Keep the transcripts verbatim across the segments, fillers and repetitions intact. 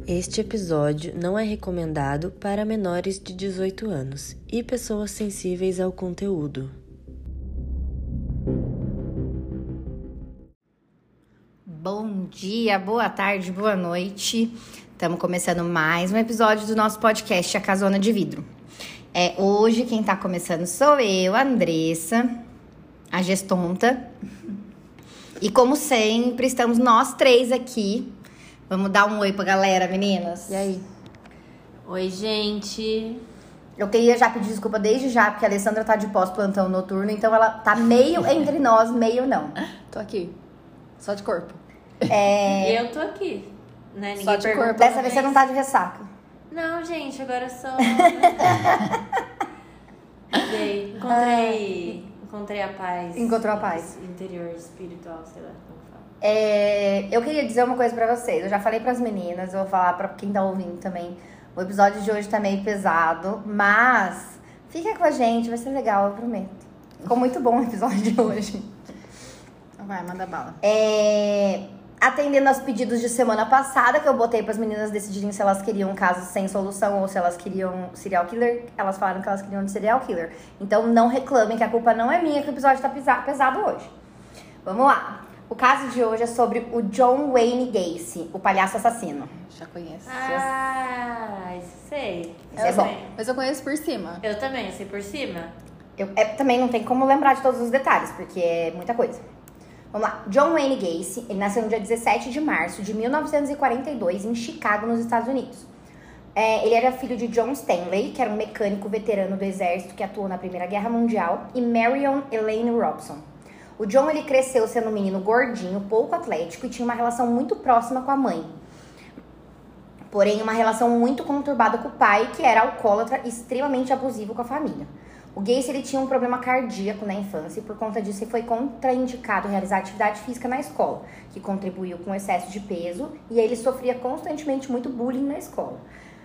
Este episódio não é recomendado para menores de dezoito anos e pessoas sensíveis ao conteúdo. Bom dia, boa tarde, boa noite. Estamos começando mais um episódio do nosso podcast A Casona de Vidro. É, hoje quem está começando sou eu, a Andressa, a gestonta. E como sempre, estamos nós três aqui. Vamos dar um oi pra galera, meninas. E aí? Oi, gente. Eu queria já pedir desculpa desde já, porque a Alessandra tá de pós-plantão noturno, então ela tá meio entre nós, meio não. Tô aqui. Só de corpo. É... E eu tô aqui. Né? Ninguém Só de perguntou. corpo. Dessa vez você não tá de ressaca. Não, gente, agora eu sou... Dei. Encontrei... Encontrei a paz. Encontrou a paz. Interior espiritual, sei lá como fala. É, eu queria dizer uma coisa pra vocês. Eu já falei pras meninas, eu vou falar pra quem tá ouvindo também. O episódio de hoje tá meio pesado, mas fica com a gente, vai ser legal, eu prometo. Ficou muito bom o episódio de hoje. Vai, manda bala. É, atendendo aos pedidos de semana passada, que eu botei pras meninas decidirem se elas queriam um caso sem solução ou se elas queriam serial killer, elas falaram que elas queriam de serial killer. Então não reclamem que a culpa não é minha que o episódio tá pesado hoje. Vamos lá. O caso de hoje é sobre o John Wayne Gacy, o palhaço assassino. Já conheço. Ah, isso sei. Isso é bom. Mas eu conheço por cima. Eu também, sei por cima. Eu, é, também não tem como lembrar de todos os detalhes, porque é muita coisa. Vamos lá. John Wayne Gacy, ele nasceu no dia dezessete de março de mil novecentos e quarenta e dois, em Chicago, nos Estados Unidos. É, ele era filho de John Stanley, que era um mecânico veterano do exército que atuou na Primeira Guerra Mundial, e Marion Elaine Robson. O John, ele cresceu sendo um menino gordinho, pouco atlético e tinha uma relação muito próxima com a mãe. Porém, uma relação muito conturbada com o pai, que era alcoólatra e extremamente abusivo com a família. O Gacy, ele tinha um problema cardíaco na infância e por conta disso ele foi contraindicado realizar atividade física na escola, que contribuiu com o excesso de peso, e ele sofria constantemente muito bullying na escola.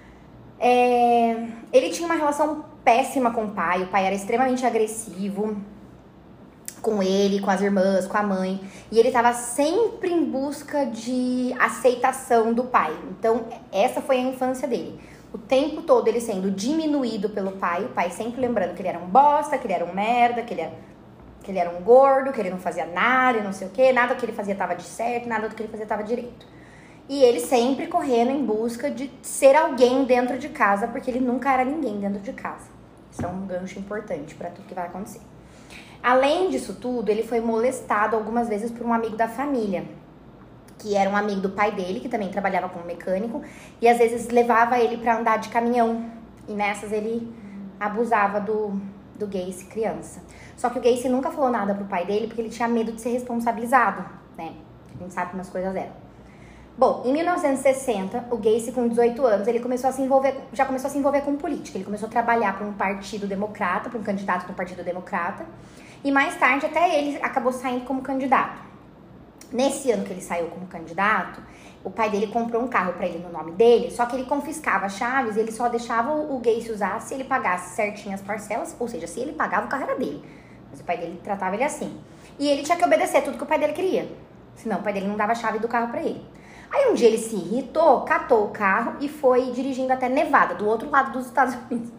É... Ele tinha uma relação péssima com o pai, o pai era extremamente agressivo com ele, com as irmãs, com a mãe. E ele estava sempre em busca de aceitação do pai. Então, essa foi a infância dele. O tempo todo ele sendo diminuído pelo pai. O pai sempre lembrando que ele era um bosta, que ele era um merda, que ele era, que ele era um gordo, que ele não fazia nada, não sei o quê. Nada do que ele fazia estava de certo, nada do que ele fazia estava direito. E ele sempre correndo em busca de ser alguém dentro de casa, porque ele nunca era ninguém dentro de casa. Isso é um gancho importante para tudo que vai acontecer. Além disso tudo, ele foi molestado algumas vezes por um amigo da família, que era um amigo do pai dele, que também trabalhava como mecânico, e às vezes levava ele pra andar de caminhão, e nessas ele abusava do, do Gacy criança. Só que o Gacy nunca falou nada pro pai dele, porque ele tinha medo de ser responsabilizado, né? A gente sabe como as coisas eram. Bom, em mil novecentos e sessenta, o Gacy, com dezoito anos, ele começou a se envolver, já começou a se envolver com política. Ele começou a trabalhar para um partido democrata, para um candidato do Partido Democrata, e mais tarde até ele acabou saindo como candidato. Nesse ano que ele saiu como candidato, o pai dele comprou um carro para ele no nome dele, só que ele confiscava as chaves e ele só deixava o Gacy usar se ele pagasse certinho as parcelas, ou seja, se ele pagava, o carro era dele. Mas o pai dele tratava ele assim. E ele tinha que obedecer tudo que o pai dele queria, senão o pai dele não dava a chave do carro para ele. Aí um dia ele se irritou, catou o carro e foi dirigindo até Nevada, do outro lado dos Estados Unidos.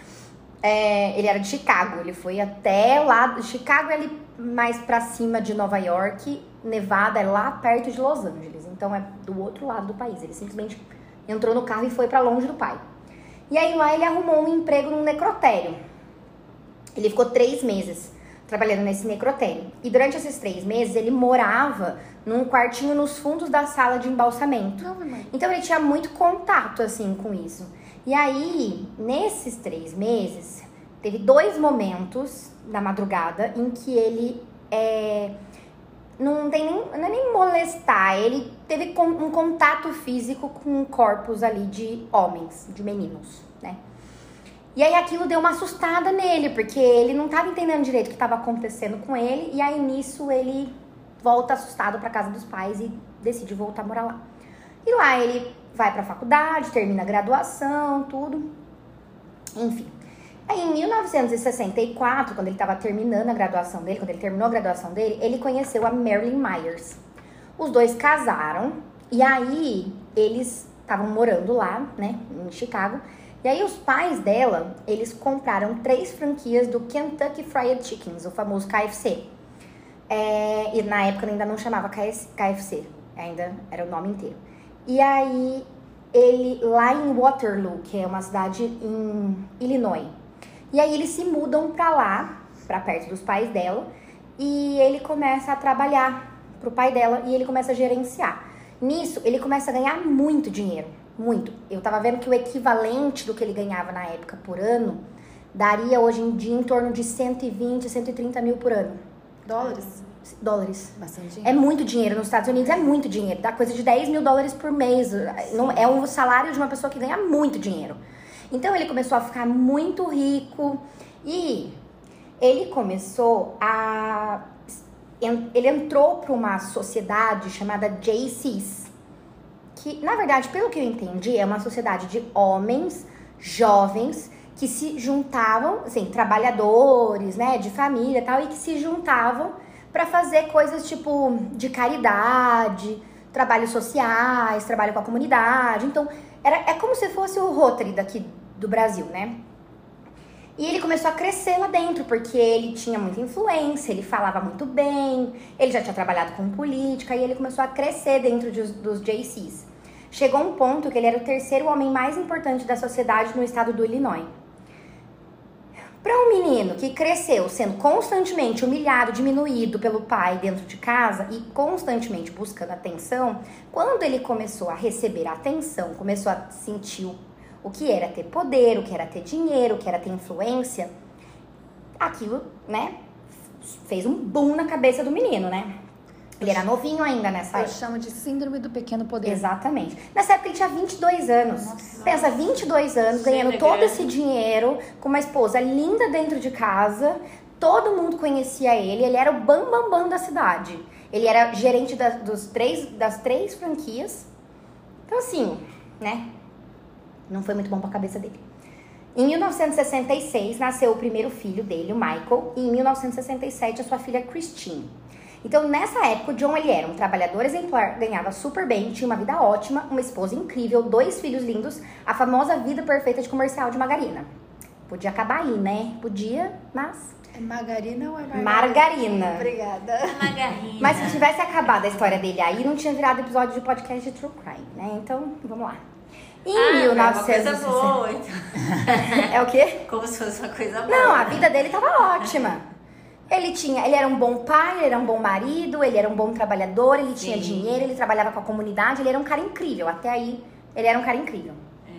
É, ele era de Chicago, ele foi até lá, Chicago é ali mais pra cima de Nova York, Nevada é lá perto de Los Angeles, então é do outro lado do país. Ele simplesmente entrou no carro e foi pra longe do pai. E aí lá ele arrumou um emprego num necrotério. Ele ficou três meses trabalhando nesse necrotério. E durante esses três meses ele morava num quartinho nos fundos da sala de embalsamento. Então ele tinha muito contato assim com isso. E aí, nesses três meses, teve dois momentos da madrugada em que ele é, não tem nem, não é nem molestar, ele teve um contato físico com corpos ali de homens, de meninos, né? E aí aquilo deu uma assustada nele, porque ele não estava entendendo direito o que estava acontecendo com ele, e aí nisso ele volta assustado para casa dos pais e decide voltar a morar lá. E lá ele vai pra faculdade, termina a graduação, tudo. Enfim. Aí em mil novecentos e sessenta e quatro, quando ele estava terminando a graduação dele, quando ele terminou a graduação dele, ele conheceu a Marilyn Myers. Os dois casaram e aí eles estavam morando lá, né, em Chicago. E aí os pais dela, eles compraram três franquias do Kentucky Fried Chickens, o famoso K F C. É, e na época ainda não chamava K F C, ainda era o nome inteiro. E aí, ele, lá em Waterloo, que é uma cidade em Illinois. E aí eles se mudam pra lá, pra perto dos pais dela, e ele começa a trabalhar pro pai dela e ele começa a gerenciar. Nisso, ele começa a ganhar muito dinheiro, muito. Eu tava vendo que o equivalente do que ele ganhava na época por ano, daria hoje em dia em torno de cento e vinte, cento e trinta mil por ano. Dólares? Dólares. Bastante É dinheiro. muito dinheiro. Nos Estados Unidos é muito dinheiro. Dá coisa de dez mil dólares por mês. Não, é um salário de uma pessoa que ganha muito dinheiro. Então ele começou a ficar muito rico e ele começou a... Ele entrou para uma sociedade chamada J Cs, que, na verdade, pelo que eu entendi, é uma sociedade de homens jovens que se juntavam, assim, trabalhadores, né, de família e tal, e que se juntavam para fazer coisas tipo de caridade, trabalhos sociais, trabalho com a comunidade. Então, era, é como se fosse o Rotary daqui do Brasil, né? E ele começou a crescer lá dentro, porque ele tinha muita influência, ele falava muito bem, ele já tinha trabalhado com política, e ele começou a crescer dentro de, dos J Cs. Chegou um ponto que ele era o terceiro homem mais importante da sociedade no estado do Illinois. Para um menino que cresceu sendo constantemente humilhado, diminuído pelo pai dentro de casa e constantemente buscando atenção, quando ele começou a receber atenção, começou a sentir o, o que era ter poder, o que era ter dinheiro, o que era ter influência, aquilo, né, fez um boom na cabeça do menino, né? Ele era novinho ainda nessa Eu época. chamo de síndrome do pequeno poder. Exatamente. Nessa época ele tinha vinte e dois anos. Nossa. Pensa, vinte e dois anos, Sim, ganhando é todo grande. esse dinheiro, com uma esposa linda dentro de casa. Todo mundo conhecia ele. Ele era o bambambam bam, bam da cidade. Ele era gerente da, dos três, das três franquias. Então, assim, né? Não foi muito bom pra cabeça dele. Em mil novecentos e sessenta e seis, nasceu o primeiro filho dele, o Michael. E em mil novecentos e sessenta e sete, a sua filha Christine. Então, nessa época, o John, ele era um trabalhador exemplar, ganhava super bem, tinha uma vida ótima, uma esposa incrível, dois filhos lindos, a famosa vida perfeita de comercial de margarina. Podia acabar aí, né? Podia, mas... É margarina ou é margarina? Margarina. Obrigada. Uma garrinha. Mas se tivesse acabado a história dele aí, não tinha virado episódio de podcast de True Crime, né? Então, vamos lá. Em Ah, mil é uma novecentos e coisa sessenta... boa, então. É o quê? Como se fosse uma coisa boa. Não, a vida dele tava ótima. Ele tinha, ele era um bom pai, ele era um bom marido, ele era um bom trabalhador, ele tinha Sim. dinheiro, ele trabalhava com a comunidade, ele era um cara incrível. Até aí, ele era um cara incrível.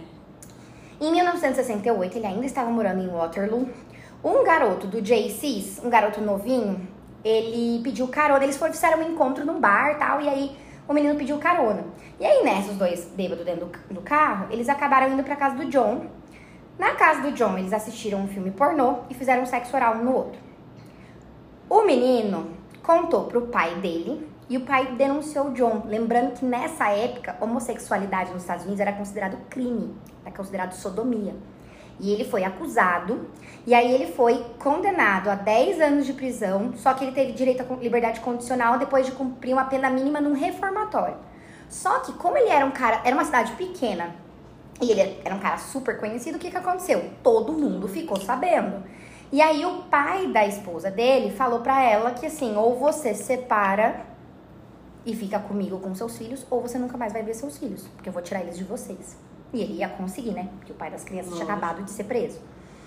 É. Em mil novecentos e sessenta e oito, ele ainda estava morando em Waterloo. Um garoto do J Cs, um garoto novinho, ele pediu carona. Eles foram, fizeram um encontro num bar e tal, e aí o menino pediu carona. E aí, nessa, os dois bêbados dentro do, do carro, eles acabaram indo pra casa do John. Na casa do John, eles assistiram um filme pornô e fizeram sexo oral um no outro. O menino contou pro pai dele e o pai denunciou o John. Lembrando que nessa época, homossexualidade nos Estados Unidos era considerado crime, era considerado sodomia. E ele foi acusado, e aí ele foi condenado a dez anos de prisão, só que ele teve direito à liberdade condicional depois de cumprir uma pena mínima num reformatório. Só que como ele era um cara, era uma cidade pequena, e ele era um cara super conhecido, o que que aconteceu? Todo mundo ficou sabendo. E aí o pai da esposa dele falou pra ela que assim, ou você se separa e fica comigo com seus filhos, ou você nunca mais vai ver seus filhos, porque eu vou tirar eles de vocês. E ele ia conseguir, né? Porque o pai das crianças tinha acabado de ser preso.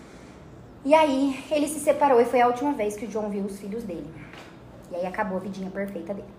E aí ele se separou e foi a última vez que o John viu os filhos dele. E aí acabou a vidinha perfeita dele.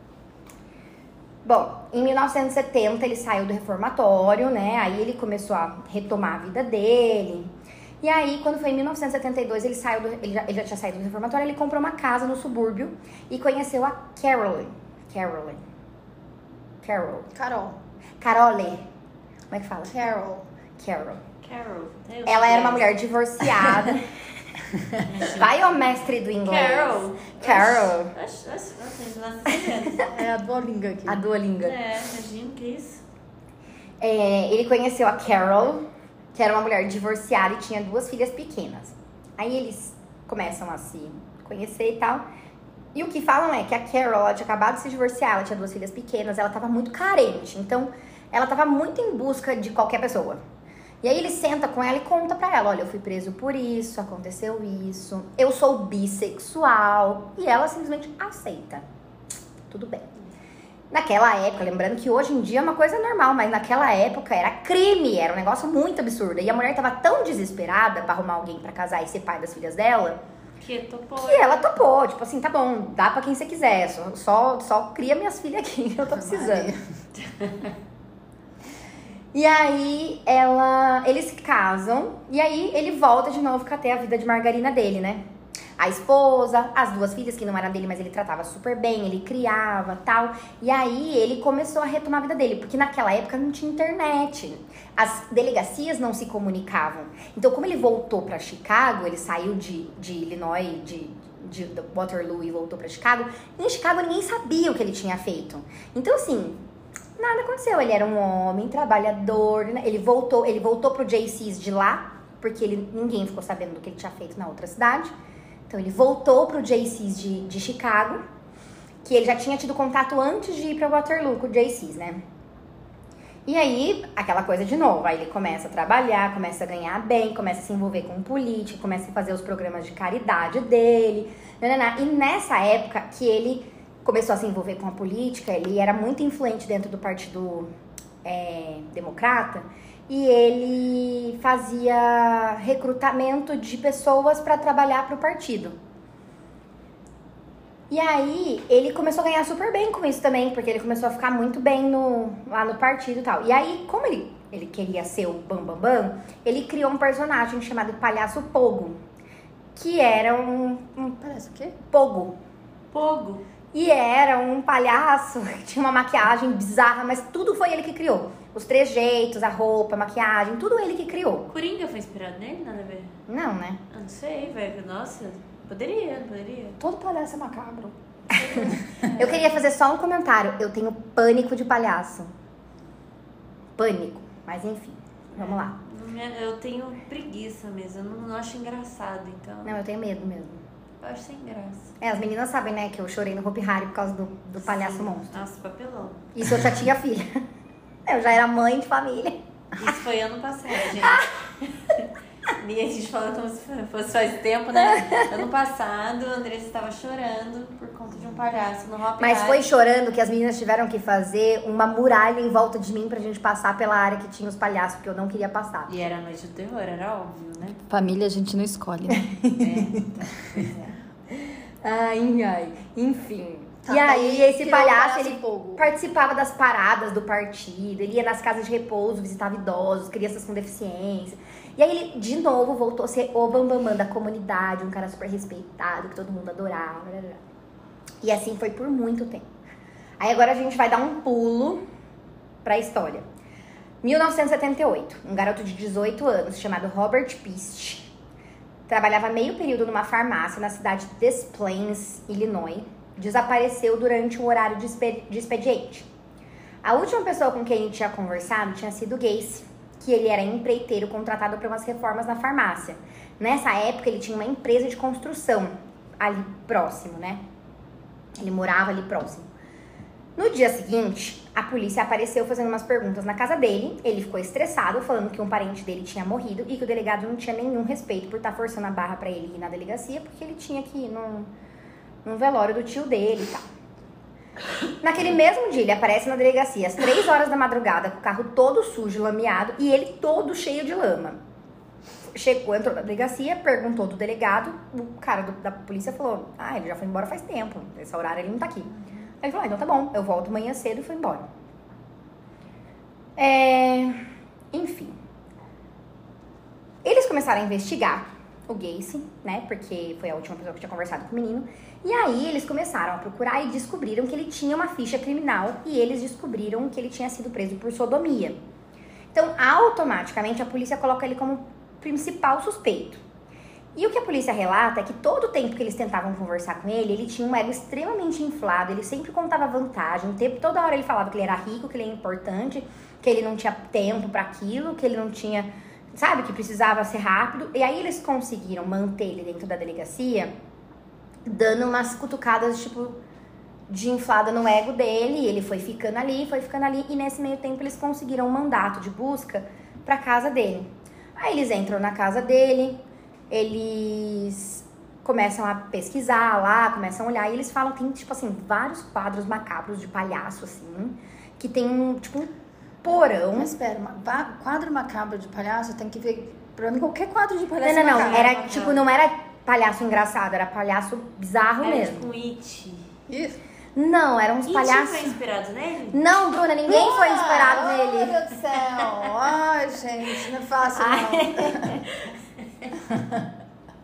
Bom, em mil novecentos e setenta ele saiu do reformatório, né? Aí ele começou a retomar a vida dele. E aí, quando foi em mil novecentos e setenta e dois, ele, saiu do, ele, já, ele já tinha saído do reformatório, ele comprou uma casa no subúrbio e conheceu a Carolyn. Carolyn. Carol. Carol. Carole. Como é que fala? Carol. Carol. Carol. Eu Ela sei. era uma mulher divorciada. Vai, ô mestre do inglês. Carol. Carol. Oxe, oxe, oxe, nossa, É a Duolingo aqui. A Duolingo. É, imagina que isso. É, ele conheceu a Carol, que era uma mulher divorciada e tinha duas filhas pequenas. Aí eles começam a se conhecer e tal. E o que falam é que a Carol, ela tinha acabado de se divorciar, ela tinha duas filhas pequenas, ela tava muito carente. Então, ela tava muito em busca de qualquer pessoa. E aí ele senta com ela e conta pra ela, olha, eu fui preso por isso, aconteceu isso, eu sou bissexual. E ela simplesmente aceita. Tudo bem. Naquela época, lembrando que hoje em dia é uma coisa normal, mas naquela época era crime, era um negócio muito absurdo. E a mulher tava tão desesperada pra arrumar alguém pra casar e ser pai das filhas dela, Que topou. que ela topou. Tipo assim, tá bom, dá pra quem você quiser, só, só, só cria minhas filhas aqui que eu tô precisando. E aí, ela, eles se casam, e aí ele volta de novo a ter a vida de margarina dele, né? A esposa, as duas filhas que não eram dele, mas ele tratava super bem, ele criava, tal. E aí ele começou a retomar a vida dele, porque naquela época não tinha internet. As delegacias não se comunicavam. Então, como ele voltou pra Chicago, ele saiu de, de Illinois, de, de Waterloo e voltou pra Chicago. Em Chicago ninguém sabia o que ele tinha feito. Então, assim, nada aconteceu. Ele era um homem trabalhador, né? Ele voltou, ele voltou pro J C's de lá, porque ele, ninguém ficou sabendo do que ele tinha feito na outra cidade. Então, ele voltou pro J C's de, de Chicago, que ele já tinha tido contato antes de ir pra Waterloo com o J C's, né? E aí, aquela coisa de novo, aí ele começa a trabalhar, começa a ganhar bem, começa a se envolver com política, começa a fazer os programas de caridade dele, nanana. E nessa época que ele começou a se envolver com a política, ele era muito influente dentro do Partido é, Democrata, e ele fazia recrutamento de pessoas para trabalhar para o partido. E aí, ele começou a ganhar super bem com isso também, porque ele começou a ficar muito bem no, lá no partido e tal. E aí, como ele, ele queria ser o Bambambam, Bam, Bam, ele criou um personagem chamado Palhaço Pogo, que era um... um Parece o quê? Pogo. Pogo. E era um palhaço que tinha uma maquiagem bizarra, mas tudo foi ele que criou. Os trejeitos, a roupa, a maquiagem, tudo ele que criou. Coringa foi inspirado nele? Nada a ver. Não, né? Eu não sei, velho. Nossa, poderia, poderia. Todo palhaço é macabro. Eu queria fazer só um comentário. Eu tenho pânico de palhaço. Pânico. Mas enfim, vamos lá. Eu tenho preguiça mesmo, eu não, não acho engraçado, então. Não, eu tenho medo mesmo. Eu acho sem graça. É, as meninas sabem, né, que eu chorei no Hopi Hari por causa do, do palhaço Sim. monstro. Nossa, papelão. Isso eu já tinha filha. Eu já era mãe de família. Isso foi ano passado, gente. E a gente falou como se fosse faz tempo, né? Ano passado, a Andressa estava chorando por conta de um palhaço no Hopi Mas Hari. foi chorando que as meninas tiveram que fazer uma muralha em volta de mim pra gente passar pela área que tinha os palhaços, porque eu não queria passar. E era a noite do terror, era óbvio, né? Família a gente não escolhe, né? É, então, pois é. Ai, ai. Enfim. Tá, e aí, daí esse criou o palhaço, Palhaço ele Pogo. participava das paradas do partido, ele ia nas casas de repouso, visitava idosos, crianças com deficiência. E aí ele, de novo, voltou a ser o Bambambam Bam Bam da comunidade, um cara super respeitado, que todo mundo adorava. Blá, blá, blá. E assim foi por muito tempo. Aí agora a gente vai dar um pulo pra história. mil novecentos e setenta e oito, um garoto de dezoito anos, chamado Robert Pist, trabalhava meio período numa farmácia na cidade de Des Plaines, Illinois. Desapareceu durante um horário de, exped- de expediente. A última pessoa com quem ele tinha conversado tinha sido o Gacy, que ele era empreiteiro contratado para umas reformas na farmácia. Nessa época, ele tinha uma empresa de construção ali próximo, né? Ele morava ali próximo. No dia seguinte, a polícia apareceu fazendo umas perguntas na casa dele. Ele ficou estressado, falando que um parente dele tinha morrido e que o delegado não tinha nenhum respeito por estar forçando a barra para ele ir na delegacia, porque ele tinha que ir num, num velório do tio dele e tal. Naquele mesmo dia, ele aparece na delegacia às três horas da madrugada, com o carro todo sujo, lameado, e ele todo cheio de lama. Chegou, entrou na delegacia, perguntou do delegado, o cara do, da polícia falou, ah, ele já foi embora faz tempo, nesse horário ele não tá aqui. Aí ele falou, ah, então tá bom, eu volto amanhã cedo e fui embora. É... Enfim. Eles começaram a investigar o Gacy, né, porque foi a última pessoa que tinha conversado com o menino. E aí eles começaram a procurar e descobriram que ele tinha uma ficha criminal e eles descobriram que ele tinha sido preso por sodomia. Então, automaticamente, a polícia coloca ele como principal suspeito. E o que a polícia relata é que todo o tempo que eles tentavam conversar com ele, ele tinha um ego extremamente inflado, ele sempre contava vantagem, o tempo, toda hora ele falava que ele era rico, que ele era importante, que ele não tinha tempo para aquilo, que ele não tinha, sabe, que precisava ser rápido. E aí eles conseguiram manter ele dentro da delegacia, dando umas cutucadas, tipo, de inflada no ego dele, ele foi ficando ali, foi ficando ali, e nesse meio tempo eles conseguiram um mandato de busca pra casa dele. Aí eles entram na casa dele, eles começam a pesquisar lá, começam a olhar, e eles falam, tem, tipo assim, vários quadros macabros de palhaço, assim, que tem, um, tipo, um porão. Mas espera, ma- quadro macabro de palhaço tem que ver... Pra mim, qualquer quadro de palhaço Não, não, não, macabro. era, macabro. tipo, não era palhaço engraçado, era palhaço bizarro Era mesmo. tipo um It. Isso. Não, eram uns It palhaços... foi inspirado nele? Não, Bruna, ninguém foi inspirado Ah, nele. Meu Deus do céu. Ai, gente, não é fácil, não.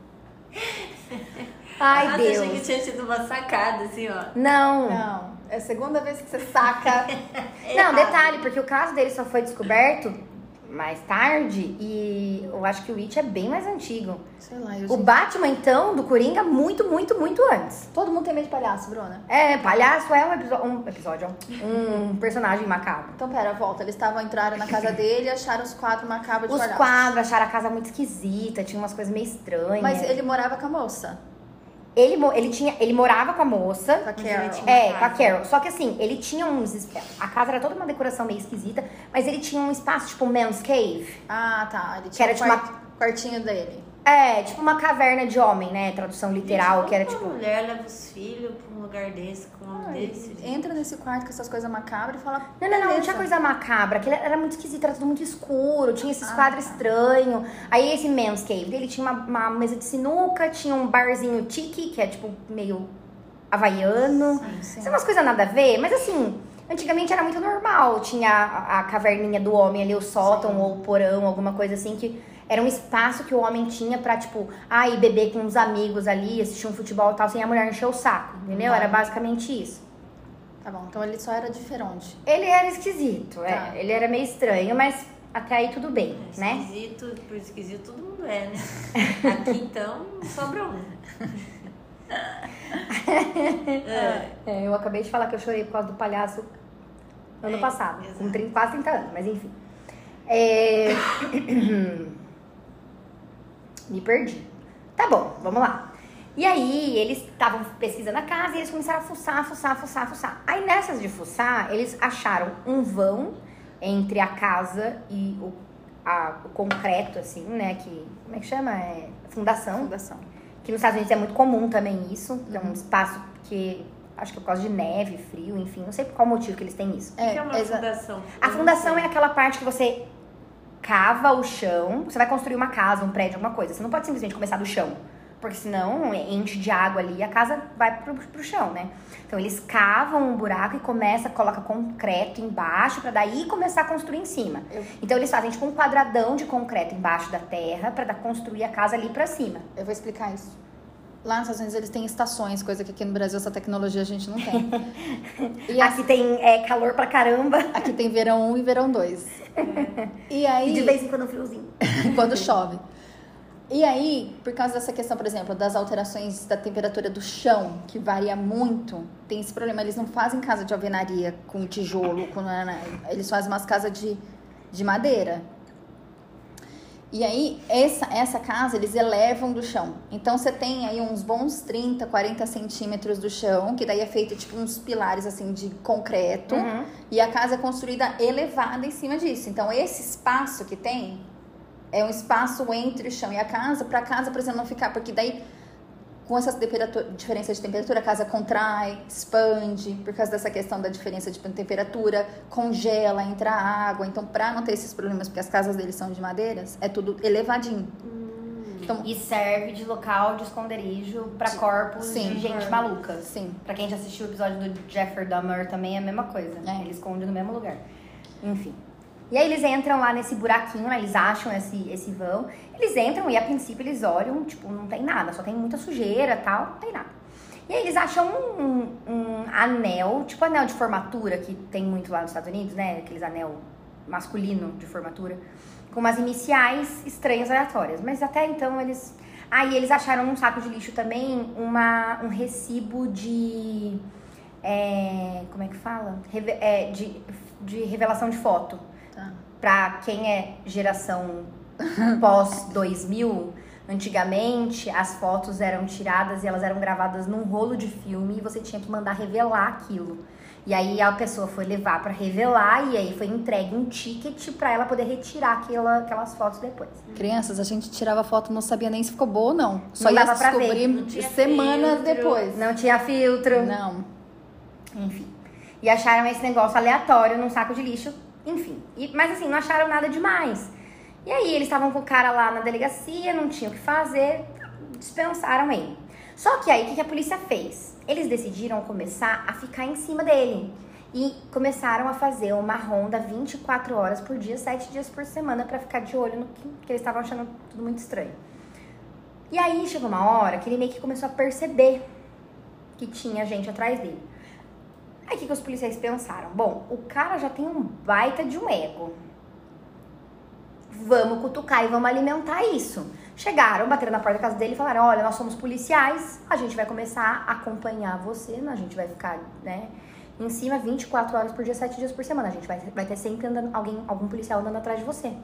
Ai, Nossa, Deus. achei que tinha tido uma sacada, assim, ó. Não. Não, é a segunda vez que você saca. Não, detalhe, porque o caso dele só foi descoberto mais tarde e eu acho que o It é bem mais antigo. Sei lá, eu O gente... Batman, então, do Coringa, muito, muito, muito antes. Todo mundo tem medo de palhaço, Bruna. É, palhaço é um, episo- um episódio, ó, um personagem macabro. Então, pera, volta. Eles estavam entraram na casa dele e acharam os quadros macabros de Os palhaço. quadros acharam a casa muito esquisita, tinha umas coisas meio estranhas. Mas ele morava com a moça. Ele, mo- ele, tinha, ele morava com a moça. Com a Mas ele Carol. tinha- É, Uma com a casa. Carol. Só que assim, ele tinha uns... es- A casa era toda uma decoração meio esquisita, mas ele tinha um espaço, tipo, man's cave. Ah, tá. Ele tinha era o tipo quart- quartinho dele. É, tipo uma caverna de homem, né? Tradução literal, Gente, que era como tipo... uma mulher leva os filhos pra um lugar desse, com um homem desse. gente? Entra nesse quarto com essas coisas macabras e fala... Não, não, não, não "Beleza." tinha coisa macabra. Aquilo era muito esquisito, era tudo muito escuro, tinha esses Ah, quadros tá. estranhos. Aí esse man's cave dele tinha uma, uma mesa de sinuca, tinha um barzinho tiki, que é tipo meio havaiano. Sim. São umas coisas nada a ver, mas assim, antigamente era muito normal. Tinha a, a caverninha do homem ali, o sótão Sim. ou o porão, alguma coisa assim, que era um espaço que o homem tinha pra, tipo, ah, ir beber com uns amigos ali, assistir um futebol e tal, sem a mulher encher o saco, entendeu? Tá. Era basicamente isso. Tá bom, então ele só era diferente. Ele era esquisito, é. Tá. Ele era meio estranho, mas até aí tudo bem, É, né? esquisito, por esquisito todo mundo é, né? Aqui então sobra um. É. É, eu acabei de falar que eu chorei por causa do palhaço ano É, passado, exato. com trinta, quase trinta anos, mas enfim. É... Me perdi. Tá bom, vamos lá. E aí, eles estavam pesquisando a casa e eles começaram a fuçar, fuçar, fuçar, fuçar. Aí, nessas de fuçar, eles acharam um vão entre a casa e o, a- o concreto, assim, né? Que, como é que chama? É fundação. Fundação. Que nos Estados Unidos é muito comum também isso. Que é um espaço que, acho que é por causa de neve, frio, enfim. Não sei por qual motivo que eles têm isso. O que é uma exa- fundação? A Eu não fundação sei. é aquela parte que você cava o chão, você vai construir uma casa, um prédio, alguma coisa. Você não pode simplesmente começar do chão, porque senão enche de água ali e a casa vai pro, pro chão, né? Então eles cavam um buraco e começa, coloca concreto embaixo pra daí começar a construir em cima. Eu- Então eles fazem tipo um quadradão de concreto embaixo da terra pra dar- construir a casa ali pra cima. Eu vou explicar isso. Lá nos Estados Unidos eles têm estações, coisa que aqui no Brasil essa tecnologia a gente não tem. E a- Aqui tem é, calor pra caramba aqui tem verão um e verão dois. E aí, e de vez em quando um friozinho. quando chove. E aí, por causa dessa questão, por exemplo, das alterações da temperatura do chão, que varia muito, tem esse problema. Eles não fazem casa de alvenaria com tijolo, com nanana. Eles fazem umas casas de, de madeira. E aí, essa, essa casa, eles elevam do chão. Então, você tem aí uns bons trinta, quarenta centímetros do chão, que daí é feito tipo uns pilares, assim, de concreto. Uhum. E a casa é construída elevada em cima disso. Então, esse espaço que tem é um espaço entre o chão e a casa, para a casa, por exemplo, não ficar... Porque daí, com essa temperatura, diferença de temperatura, a casa contrai, expande, por causa dessa questão da diferença de temperatura, congela, entra água. Então, para não ter esses problemas, porque as casas deles são de madeiras, é tudo elevadinho. Então, E serve de local de esconderijo pra corpos Sim. de gente maluca. sim. Pra quem já assistiu o episódio do Jeffrey Dahmer também é a mesma coisa. É. Ele esconde no mesmo lugar. Enfim. E aí eles entram lá nesse buraquinho, né? Eles acham esse, esse vão. Eles entram e a princípio eles olham, tipo, não tem nada. Só tem muita sujeira e tal, não tem nada. E aí eles acham um, um anel, tipo anel de formatura, que tem muito lá nos Estados Unidos, né? Aqueles anel masculino de formatura. Com umas iniciais estranhas, aleatórias. Mas até então eles... Aí eles acharam num saco de lixo também uma, um recibo de... é, como é que fala? Reve- é, de, de revelação de foto. Tá. Pra quem é geração pós dois mil, Antigamente, as fotos eram tiradas e elas eram gravadas num rolo de filme e você tinha que mandar revelar aquilo. E aí a pessoa foi levar pra revelar e aí foi entregue um ticket pra ela poder retirar aquela, aquelas fotos depois. Crianças, a gente tirava foto, não sabia nem se ficou boa ou não. Só Não ia dava pra ver. descobrir Não tinha semanas filtro. depois. Não tinha filtro. Não. Enfim. E acharam esse negócio aleatório num saco de lixo. Enfim. E, mas assim, não acharam nada demais. E aí eles estavam com o cara lá na delegacia, não tinham o que fazer, dispensaram ele. Só que aí o que a polícia fez? Eles decidiram começar a ficar em cima dele. E começaram a fazer uma ronda vinte e quatro horas por dia, sete dias por semana, pra ficar de olho no que, que eles estavam achando tudo muito estranho. E aí chegou uma hora que ele meio que começou a perceber que tinha gente atrás dele. Aí o que, que os policiais pensaram? Bom, o cara já tem um baita de um ego. Vamos cutucar e vamos alimentar isso. Chegaram, bateram na porta da casa dele e falaram, olha, nós somos policiais, a gente vai começar a acompanhar você, a gente vai ficar, né, em cima vinte e quatro horas por dia, sete dias por semana. A gente vai, vai ter sempre andando, alguém, algum policial andando atrás de você.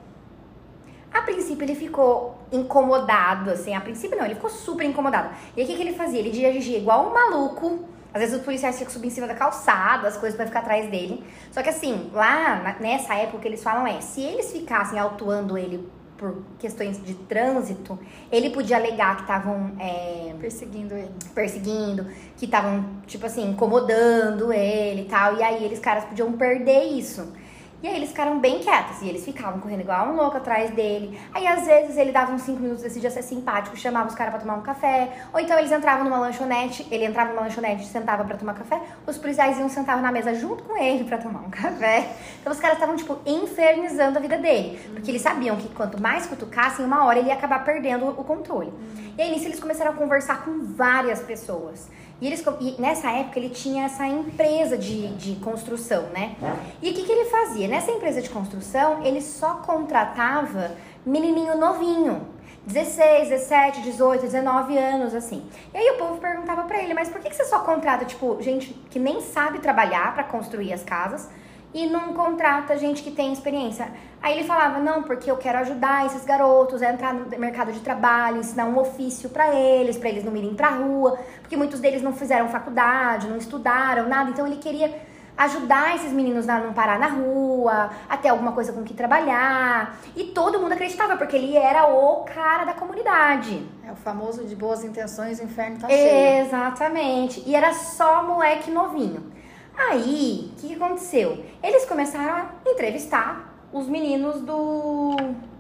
A princípio ele ficou incomodado, assim, a princípio não, ele ficou super incomodado. E aí o que, que ele fazia? Ele dirigia igual um maluco. Às vezes os policiais tinham que subir em cima da calçada, as coisas pra ficar atrás dele. Só que assim, lá nessa época o que eles falam é, se eles ficassem autuando ele por questões de trânsito, ele podia alegar que estavam é, Perseguindo ele. perseguindo, que estavam, tipo assim, incomodando ele e tal. E aí eles, caras, podiam perder isso. E aí eles ficaram bem quietos, e eles ficavam correndo igual um louco atrás dele. Aí às vezes ele dava uns cinco minutos, decidia ser simpático, chamava os caras pra tomar um café. Ou então eles entravam numa lanchonete, ele entrava numa lanchonete, sentava pra tomar café. Os policiais iam sentar na mesa junto com ele pra tomar um café. Então os caras estavam, tipo, infernizando a vida dele. Porque eles sabiam que quanto mais cutucassem, uma hora ele ia acabar perdendo o controle. E aí nisso eles começaram a conversar com várias pessoas. E, eles, e nessa época ele tinha essa empresa de, de construção, né? E o que, que ele fazia? Nessa empresa de construção, ele só contratava menininho novinho. dezesseis, dezessete, dezoito, dezenove anos, assim. E aí o povo perguntava pra ele, mas por que, que você só contrata, tipo, gente que nem sabe trabalhar pra construir as casas e não contrata gente que tem experiência? Aí ele falava, não, porque eu quero ajudar esses garotos a entrar no mercado de trabalho, ensinar um ofício pra eles, pra eles não irem pra rua, porque muitos deles não fizeram faculdade, não estudaram, nada, então ele queria ajudar esses meninos a não parar na rua, a ter alguma coisa com que trabalhar, e todo mundo acreditava, porque ele era o cara da comunidade. É o famoso de boas intenções, o inferno tá cheio. Exatamente, e era só moleque novinho. Aí, o que, que aconteceu? Eles começaram a entrevistar os meninos do...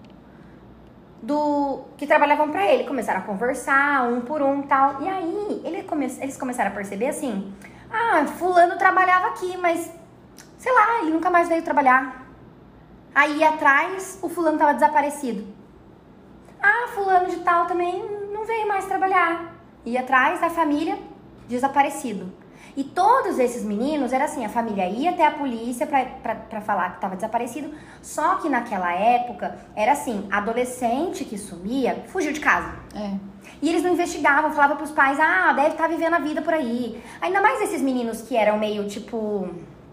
do que trabalhavam pra ele. Começaram a conversar, um por um e tal. E aí, ele come, eles começaram a perceber assim... Ah, fulano trabalhava aqui, mas... sei lá, ele nunca mais veio trabalhar. Aí, atrás, o fulano tava desaparecido. Ah, fulano de tal também não veio mais trabalhar. E atrás, a família, desaparecido. E todos esses meninos, era assim, a família ia até a polícia pra, pra, pra falar que estava desaparecido, só que naquela época, era assim, adolescente que sumia, fugiu de casa. É. E eles não investigavam, falavam pros pais, ah, deve estar vivendo a vida por aí. Ainda mais esses meninos que eram meio, tipo,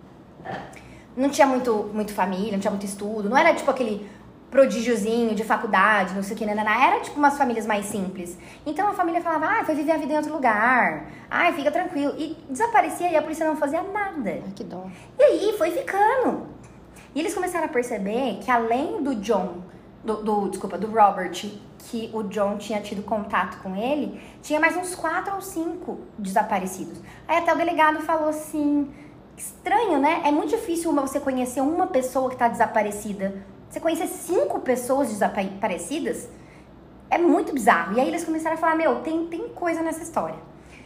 não tinha muito, muito família, não tinha muito estudo, não era tipo aquele prodígiozinho de faculdade, não sei o que, nananá. Era tipo umas famílias mais simples. Então a família falava, ah, foi viver a vida em outro lugar. Ai, fica tranquilo. E desaparecia e a polícia não fazia nada. Ai, que dó. E aí foi ficando. E eles começaram a perceber que além do John, do, do desculpa, do Robert, que o John tinha tido contato com ele, tinha mais uns quatro ou cinco desaparecidos. Aí até o delegado falou assim, estranho, né? É muito difícil você conhecer uma pessoa que tá desaparecida. Você conhecer cinco pessoas desaparecidas é muito bizarro. E aí eles começaram a falar, meu, tem, tem coisa nessa história.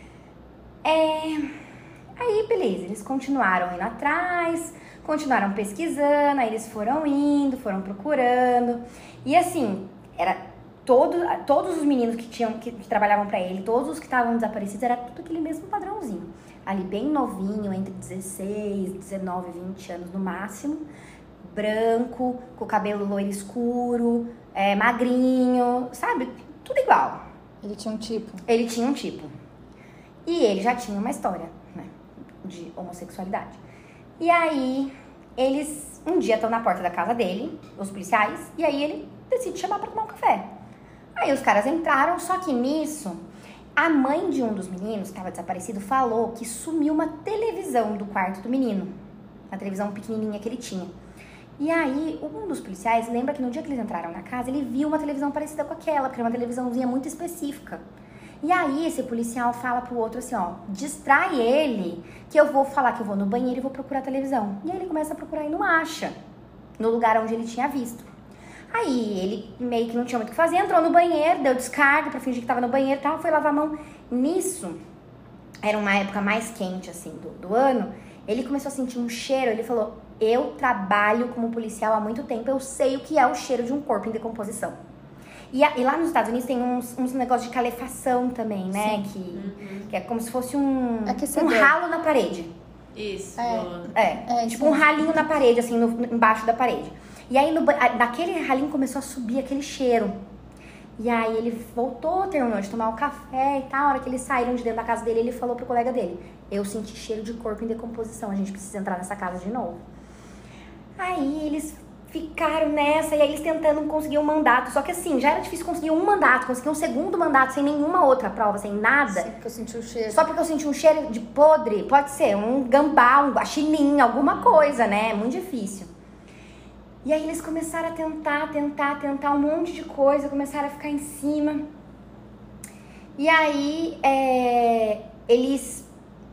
É... Aí, beleza, eles continuaram indo atrás, continuaram pesquisando, aí eles foram indo, foram procurando. E assim, era todo, todos os meninos que, tinham, que, que trabalhavam pra ele, todos os que estavam desaparecidos, era tudo aquele mesmo padrãozinho. Ali bem novinho, entre dezesseis, dezenove, vinte anos no máximo. Branco, com o cabelo loiro escuro, é, magrinho, sabe? Tudo igual. Ele tinha um tipo. Ele tinha um tipo. E ele já tinha uma história, né, de homossexualidade. E aí, eles um dia estão na porta da casa dele, os policiais, e aí ele decide chamar pra tomar um café. Aí os caras entraram, só que nisso, a mãe de um dos meninos, que estava desaparecido, falou que sumiu uma televisão do quarto do menino. Uma televisão pequenininha que ele tinha. E aí, um dos policiais lembra que no dia que eles entraram na casa, ele viu uma televisão parecida com aquela, porque era uma televisãozinha muito específica. E aí, esse policial fala pro outro assim, ó, distrai ele, que eu vou falar que eu vou no banheiro e vou procurar a televisão. E aí ele começa a procurar e não acha, no lugar onde ele tinha visto. Aí, ele meio que não tinha muito o que fazer, entrou no banheiro, deu descarga pra fingir que tava no banheiro e tal, foi lavar a mão. Nisso, era uma época mais quente, assim, do, do ano, ele começou a sentir um cheiro, ele falou, eu trabalho como policial há muito tempo, eu sei o que é o cheiro de um corpo em decomposição. E, a, e lá nos Estados Unidos tem uns, uns negócios de calefação também, né? Que, uhum. que é como se fosse um, um ralo na parede. Isso. É, é, é tipo um ralinho na parede, assim, no, embaixo da parede. E aí, no, naquele ralinho começou a subir aquele cheiro. E aí ele voltou, terminou de tomar o café e tal. A hora que eles saíram de dentro da casa dele, ele falou pro colega dele, eu senti cheiro de corpo em decomposição, a gente precisa entrar nessa casa de novo. Aí eles ficaram nessa, e aí eles tentando conseguir um mandato. Só que assim, já era difícil conseguir um mandato, conseguir um segundo mandato sem nenhuma outra prova, sem nada. Só porque eu senti um cheiro. Só porque eu senti um cheiro de podre, pode ser um gambá, um guaxinim, alguma coisa, né? É muito difícil. E aí eles começaram a tentar, tentar, tentar um monte de coisa, começaram a ficar em cima. E aí, é, eles...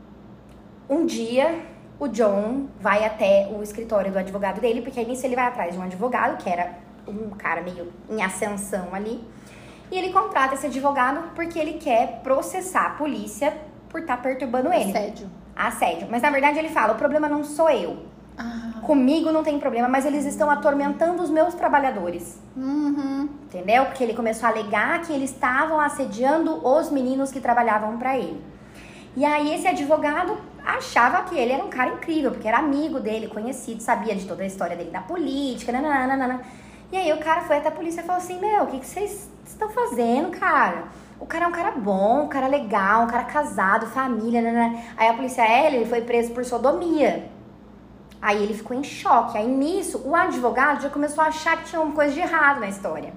Um dia, o John vai até o escritório do advogado dele, porque aí nisso ele vai atrás de um advogado, que era um cara meio em ascensão ali. E ele contrata esse advogado porque ele quer processar a polícia por estar perturbando ele. Assédio. Assédio. Mas na verdade ele fala, o problema não sou eu. Ah. Comigo não tem problema, mas eles estão atormentando os meus trabalhadores. Uhum. Entendeu? Porque ele começou a alegar que eles estavam assediando os meninos que trabalhavam pra ele. E aí esse advogado achava que ele era um cara incrível, porque era amigo dele, conhecido, sabia de toda a história dele da política, nananana. E aí o cara foi até a polícia e falou assim, meu, o que, que vocês estão fazendo, cara? O cara é um cara bom, um cara legal, um cara casado, família, nanana. Aí a polícia, é, ele foi preso por sodomia. Aí ele ficou em choque. Aí nisso, o advogado já começou a achar que tinha uma coisa de errado na história.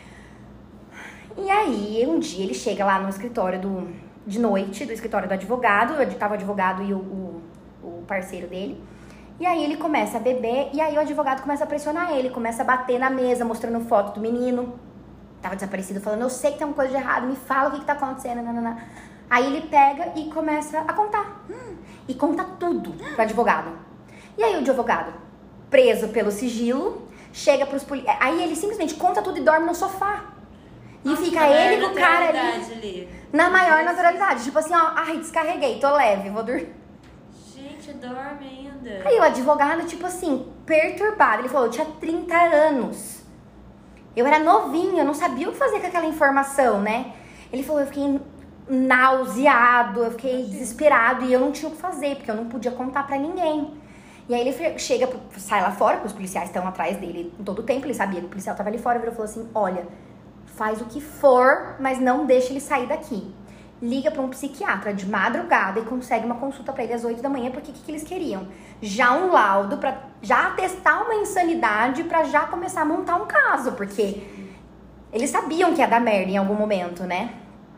E aí, um dia ele chega lá no escritório do... de noite, do escritório do advogado, onde tava o advogado e o, o, o parceiro dele. E aí ele começa a beber, e aí o advogado começa a pressionar ele, começa a bater na mesa, mostrando foto do menino. Tava desaparecido, falando, eu sei que tem uma coisa de errado, me fala o que que tá acontecendo, nanana. Aí ele pega e começa a contar. Hum, e conta tudo pro advogado. E aí o advogado, preso pelo sigilo, chega pros policiais. Aí ele simplesmente conta tudo e dorme no sofá. E Nossa, fica ele com o cara ali, ali. na maior naturalidade. Tipo assim, ó, ai, descarreguei, tô leve, vou dormir. Gente, dorme ainda. Aí o advogado, tipo assim, perturbado. Ele falou, eu tinha trinta anos. Eu era novinho, eu não sabia o que fazer com aquela informação, né? Ele falou, eu fiquei nauseado, eu fiquei desesperado e eu não tinha o que fazer, porque eu não podia contar pra ninguém. E aí ele chega, sai lá fora, porque os policiais estão atrás dele em todo o tempo, ele sabia que o policial tava ali fora, ele falou assim, olha, faz o que for, mas não deixa ele sair daqui. Liga pra um psiquiatra de madrugada e consegue uma consulta pra ele às oito da manhã, porque o que, que eles queriam? Já um laudo pra já atestar uma insanidade pra já começar a montar um caso, porque eles sabiam que ia dar merda em algum momento, né?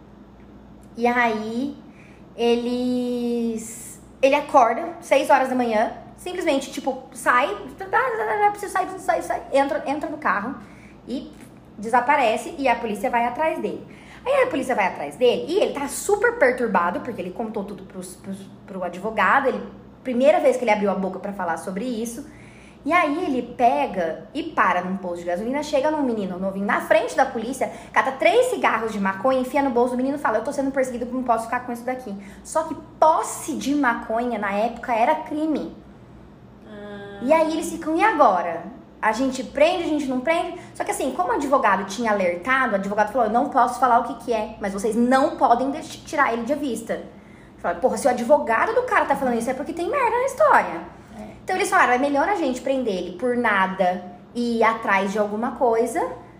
E aí, eles... Ele acorda, seis horas da manhã, simplesmente, tipo, sai, preciso sair, preciso sair, sai, entra, entra no carro e desaparece e a polícia vai atrás dele. Aí a polícia vai atrás dele e ele tá super perturbado, porque ele contou tudo pros, pros, pro advogado, ele, primeira vez que ele abriu a boca pra falar sobre isso. E aí ele pega e para num posto de gasolina, chega num menino novinho na frente da polícia, cata três cigarros de maconha, enfia no bolso do menino e fala, eu tô sendo perseguido, não posso ficar com isso daqui. Só que posse de maconha na época era crime. Ah. E aí eles ficam, e agora? A gente prende, a gente não prende? Só que assim, como o advogado tinha alertado, o advogado falou, eu não posso falar o que que é, mas vocês não podem tirar ele de vista. Fala, porra, se o advogado do cara tá falando isso é porque tem merda na história. Então eles falaram, é melhor a gente prender ele por nada e ir atrás de alguma coisa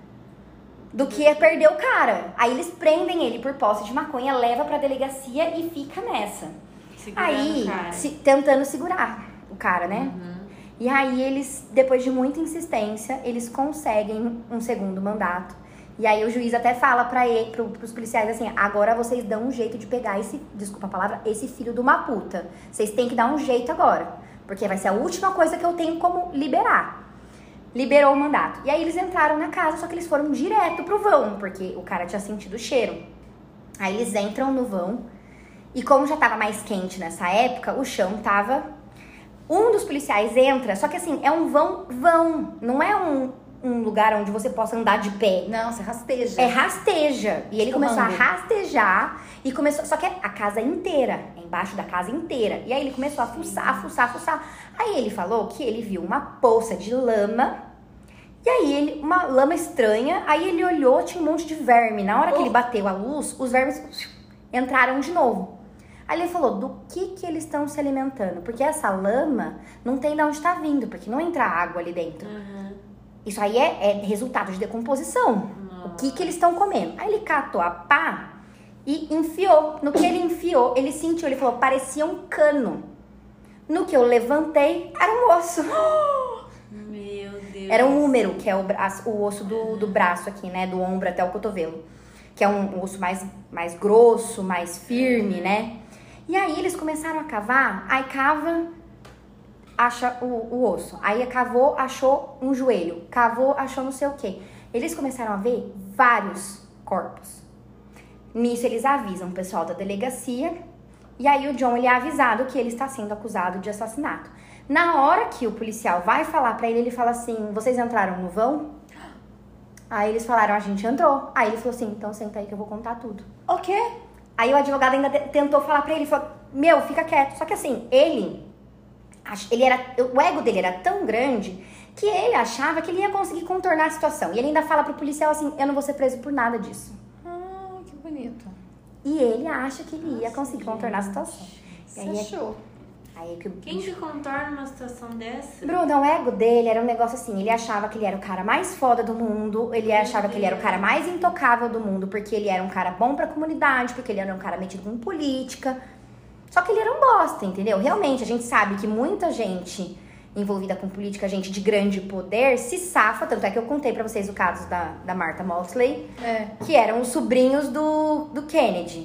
do que perder o cara. Aí eles prendem ele por posse de maconha, leva pra delegacia e fica nessa. Segurando aí, o cara. Se, tentando segurar o cara, né? Uhum. E aí eles, depois de muita insistência, eles conseguem um segundo mandato. E aí o juiz até fala pra ele, pro, pros policiais assim, agora vocês dão um jeito de pegar esse, desculpa a palavra, esse filho de uma puta. Vocês têm que dar um jeito agora, porque vai ser a última coisa que eu tenho como liberar. Liberou o mandato. E aí eles entraram na casa, só que eles foram direto pro vão, porque o cara tinha sentido o cheiro. Aí eles entram no vão, e como já tava mais quente nessa época, o chão tava... Um dos policiais entra, só que assim, é um vão, vão, não é um... um lugar onde você possa andar de pé. Não, você rasteja. É rasteja. E ele Escorrando. começou a rastejar e começou... Só que a casa inteira, embaixo da casa inteira. E aí ele começou a fuçar, fuçar, fuçar. Aí ele falou que ele viu uma poça de lama. E aí ele... Uma lama estranha. Aí ele olhou, tinha um monte de verme. Na hora que Oh. ele bateu a luz, os vermes entraram de novo. Aí ele falou, do que que eles estão se alimentando? Porque essa lama não tem de onde tá vindo, porque não entra água ali dentro. Uhum. Isso aí é, é resultado de decomposição. O que que eles estão comendo? Aí ele catou a pá e enfiou. No que ele enfiou, ele sentiu, ele falou, parecia um cano. No que eu levantei, era um osso. Meu Deus. Era um húmero, que é o, braço, o osso do, do braço aqui, né? Do ombro até o cotovelo. Que é um, um osso mais, mais grosso, mais firme, né? E aí eles começaram a cavar, aí cava... acha o, o osso. Aí cavou, achou um joelho. Cavou, achou não sei o quê. Eles começaram a ver vários corpos. Nisso eles avisam o pessoal da delegacia. E aí o John, ele é avisado que ele está sendo acusado de assassinato. Na hora que o policial vai falar pra ele, ele fala assim, vocês entraram no vão? Aí eles falaram, a gente entrou. Aí ele falou assim, então senta aí que eu vou contar tudo. O quê? Aí o advogado ainda tentou falar pra ele, falou, meu, fica quieto. Só que assim, ele... Ele era, o ego dele era tão grande que ele achava que ele ia conseguir contornar a situação. E ele ainda fala pro policial assim, eu não vou ser preso por nada disso. Ah, que bonito. E ele acha que ele ia conseguir contornar a situação. E Você aí, é, achou? aí é que o Quem que contorna uma situação dessa? Bruno, o ego dele era um negócio assim, ele achava que ele era o cara mais foda do mundo, ele achava que ele era o cara mais intocável do mundo, porque ele era um cara bom pra comunidade, porque ele era um cara metido com política. Só que ele era um bosta, entendeu? Realmente, a gente sabe que muita gente envolvida com política, gente de grande poder, se safa. Tanto é que eu contei pra vocês o caso da, da Martha Mosley, É. que eram os sobrinhos do, do Kennedy.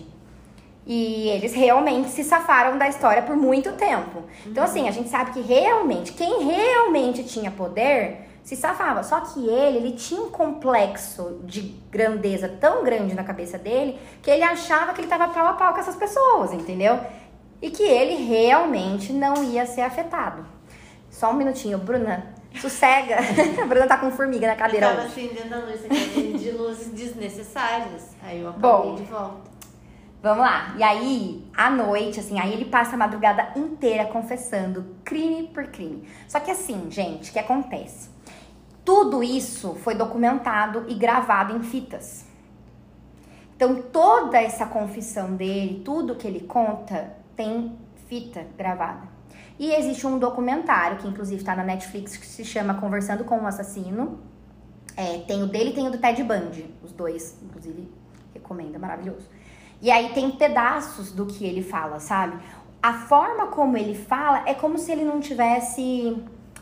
E eles realmente se safaram da história por muito tempo. Então, assim, a gente sabe que realmente, quem realmente tinha poder, se safava. Só que ele, ele tinha um complexo de grandeza tão grande na cabeça dele, que ele achava que ele tava pau a pau com essas pessoas, entendeu? E que ele realmente não ia ser afetado. Só um minutinho, Bruna, sossega. A Bruna tá com formiga na cadeira Eu tava hoje. acendendo a luz aqui de luzes desnecessárias. Aí eu Bom. apaguei de volta. Vamos lá. E aí, à noite, assim, aí ele passa a madrugada inteira confessando crime por crime. Só que assim, gente, o que acontece? Tudo isso foi documentado e gravado em fitas. Então, toda essa confissão dele, tudo que ele conta, tem fita gravada. E existe um documentário, que inclusive tá na Netflix, que se chama Conversando com o Assassino. É, tem o dele e tem o do Ted Bundy. Os dois, inclusive, recomendo, é maravilhoso. E aí tem pedaços do que ele fala, sabe? A forma como ele fala é como se ele não tivesse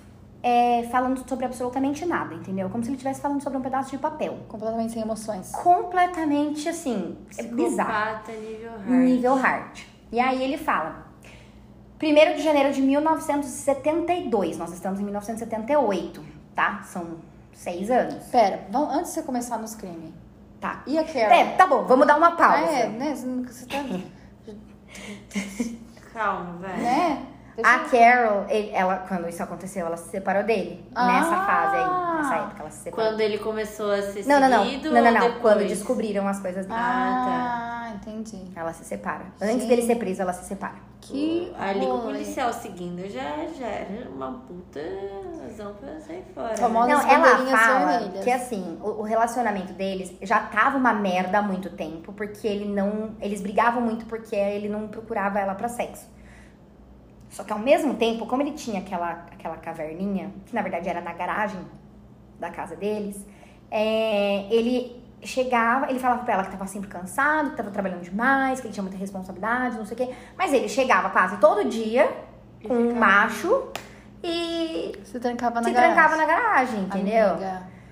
é, falando sobre absolutamente nada, entendeu? Como se ele estivesse falando sobre um pedaço de papel. Completamente sem emoções. Completamente, assim, é bizarro. Psicopata nível hard. Nível hard. E aí ele fala, primeiro de janeiro de mil novecentos e setenta e dois, nós estamos em mil novecentos e setenta e oito, tá? São seis anos. Pera, vamos, antes de você começar nos crimes. Tá. E a Carol? É, tá bom, vamos dar uma Ah, pausa. é, né? Você nunca- você tá... Calma, vai. né? Deixa A eu- Carol, ele- ela, quando isso aconteceu, ela se separou dele. Ah! Nessa fase aí, nessa época, ela se separou. Quando ele começou a ser Não, não, não. seguido Não, não, ou não. depois? Quando descobriram as coisas dele. Ah, entendi. Ela se separa. Antes Gente. dele ser preso, ela se separa. Que Ali com o rolê. policial seguindo já, já era uma puta razão pra sair fora. Famosa- né? Não, As ela bandeirinhas fala vermelhas. que assim, o, o relacionamento deles já tava uma merda há muito tempo, porque ele não. Eles brigavam muito porque ele não procurava ela pra sexo. Só que ao mesmo tempo, como ele tinha aquela, aquela caverninha, que na verdade era na garagem da casa deles, é, ele chegava, ele falava pra ela que tava sempre cansado, que tava trabalhando demais, que ele tinha muita responsabilidade, não sei o quê. Mas ele chegava quase todo dia E com um ficava- macho e Se trancava na se garagem. trancava na garagem, entendeu? Amiga.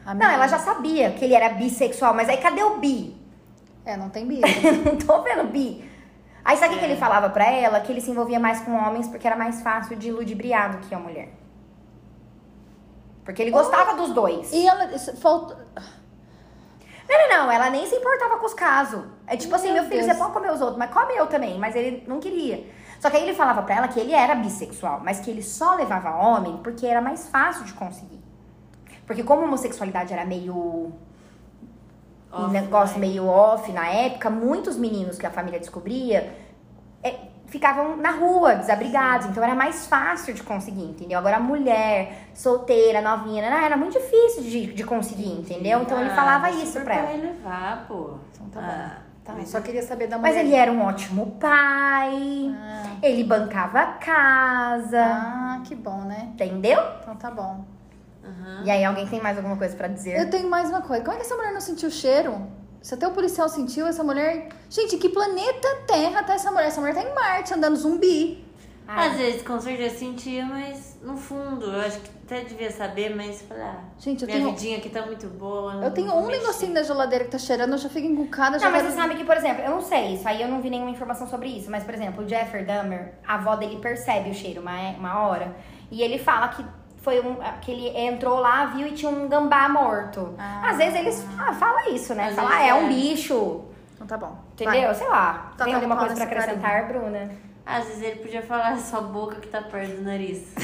A Não, ela menina. já sabia que ele era bissexual, mas aí cadê o bi? É, não tem bi. Não tô vendo bi. Aí sabe o que É. ele falava pra ela? Que ele se envolvia mais com homens porque era mais fácil de ludibriar do que a mulher. Porque ele gostava dos dois. E ela... isso, faltou... Não, não, não. Ela nem se importava com os casos. É tipo assim, Meu meu filho, Deus. você pode comer os outros, mas come eu também. Mas ele não queria. Só que aí ele falava pra ela que ele era bissexual, mas que ele só levava homem porque era mais fácil de conseguir. Porque como a homossexualidade era meio... um Off, negócio né? meio off na época, muitos meninos que a família descobria é, ficavam na rua, desabrigados. Então era mais fácil de conseguir, entendeu? Agora a mulher, solteira, novinha, né, era muito difícil de, de conseguir, entendeu? Então ele Ah, falava dá isso super pra ela. levar, pô. Então tá Ah, bom. Tá, mas só queria saber da mulher. Mas ele era um ótimo pai, Ah, ele bancava a casa, ah, que bom, né? entendeu? Então tá bom. aham. E aí, alguém tem mais alguma coisa pra dizer? Eu tenho mais uma coisa. Como é que essa mulher não sentiu o cheiro? Se até o policial sentiu, essa mulher... Gente, que planeta Terra tá essa mulher? Essa mulher tá em Marte, andando zumbi. Ai, Às vezes, com certeza, sentia, mas no fundo, eu acho que até devia saber, mas falar, ah, Gente, eu minha tenho... vidinha aqui tá muito boa. Eu tenho não vou um mexer. negocinho na geladeira que tá cheirando, eu já fico encucada. já Não, mas quero- você sabe que, por exemplo, eu não sei, isso aí eu não vi nenhuma informação sobre isso, mas, por exemplo, o Jeffrey Dahmer, a avó dele percebe o cheiro uma, uma hora, e ele fala que foi um, que ele entrou lá, viu e tinha um gambá morto. Ah. Às vezes eles ah, falam isso, né? Às Fala, vezes ah, é é. um bicho, Então tá bom. entendeu? Vai. Sei lá. Toca Tem a alguma pau coisa pra nesse acrescentar, Bruna? Às vezes ele podia falar sua boca que tá perto do nariz.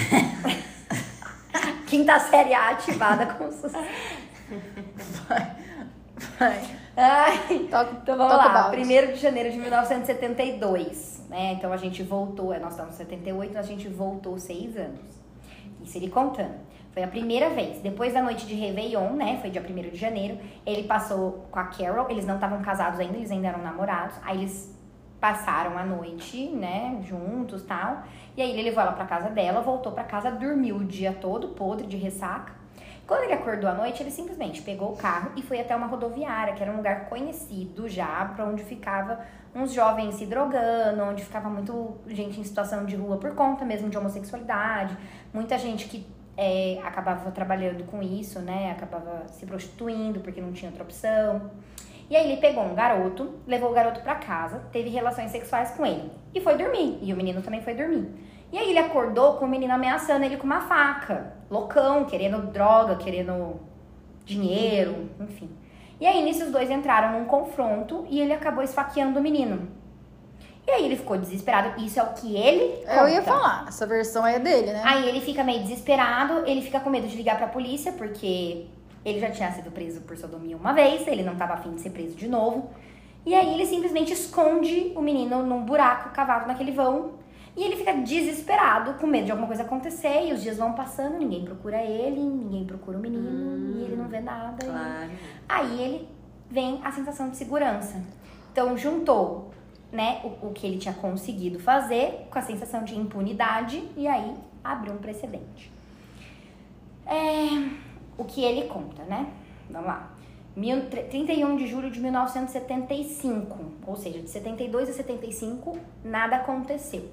Quinta série A ativada com sucesso. Vai. Ai, Toca, então vamos toca o lá, balde. primeiro de janeiro de mil novecentos e setenta e dois, né? Então a gente voltou, nós estamos em setenta e oito, a gente voltou seis anos. Isso ele contando. Foi a primeira vez, depois da noite de Réveillon, né? Foi dia primeiro de janeiro, ele passou com a Carol, eles não estavam casados ainda, eles ainda eram namorados. Aí eles passaram a noite, né, juntos, tal. E aí ele levou ela pra casa dela, voltou pra casa, dormiu o dia todo, podre de ressaca. Quando ele acordou à noite, ele simplesmente pegou o carro e foi até uma rodoviária, que era um lugar conhecido já, pra onde ficava uns jovens se drogando, onde ficava muito gente em situação de rua por conta mesmo de homossexualidade, muita gente que é, acabava trabalhando com isso, né, acabava se prostituindo porque não tinha outra opção. E aí ele pegou um garoto, levou o garoto pra casa, teve relações sexuais com ele e foi dormir, e o menino também foi dormir. E aí ele acordou com o menino ameaçando ele com uma faca, loucão, querendo droga, querendo dinheiro, enfim. E aí nisso os dois entraram num confronto e ele acabou esfaqueando o menino. E aí ele ficou desesperado, isso é o que ele conta. Eu ia falar, essa versão aí é dele, né? Aí ele fica meio desesperado, ele fica com medo de ligar pra polícia, porque ele já tinha sido preso por sodomia uma vez, ele não tava afim de ser preso de novo. E aí ele simplesmente esconde o menino num buraco cavado naquele vão. E ele fica desesperado, com medo de alguma coisa acontecer, e os dias vão passando, ninguém procura ele, ninguém procura o menino, Hum, e ele não vê nada. e- Claro. Aí ele vem a sensação de segurança. Então juntou, né, o, o que ele tinha conseguido fazer com a sensação de impunidade, e aí abriu um precedente. É, o que ele conta, né? Vamos lá. Mil- trinta e um de julho de mil novecentos e setenta e cinco, ou seja, de setenta e dois a setenta e cinco, nada aconteceu.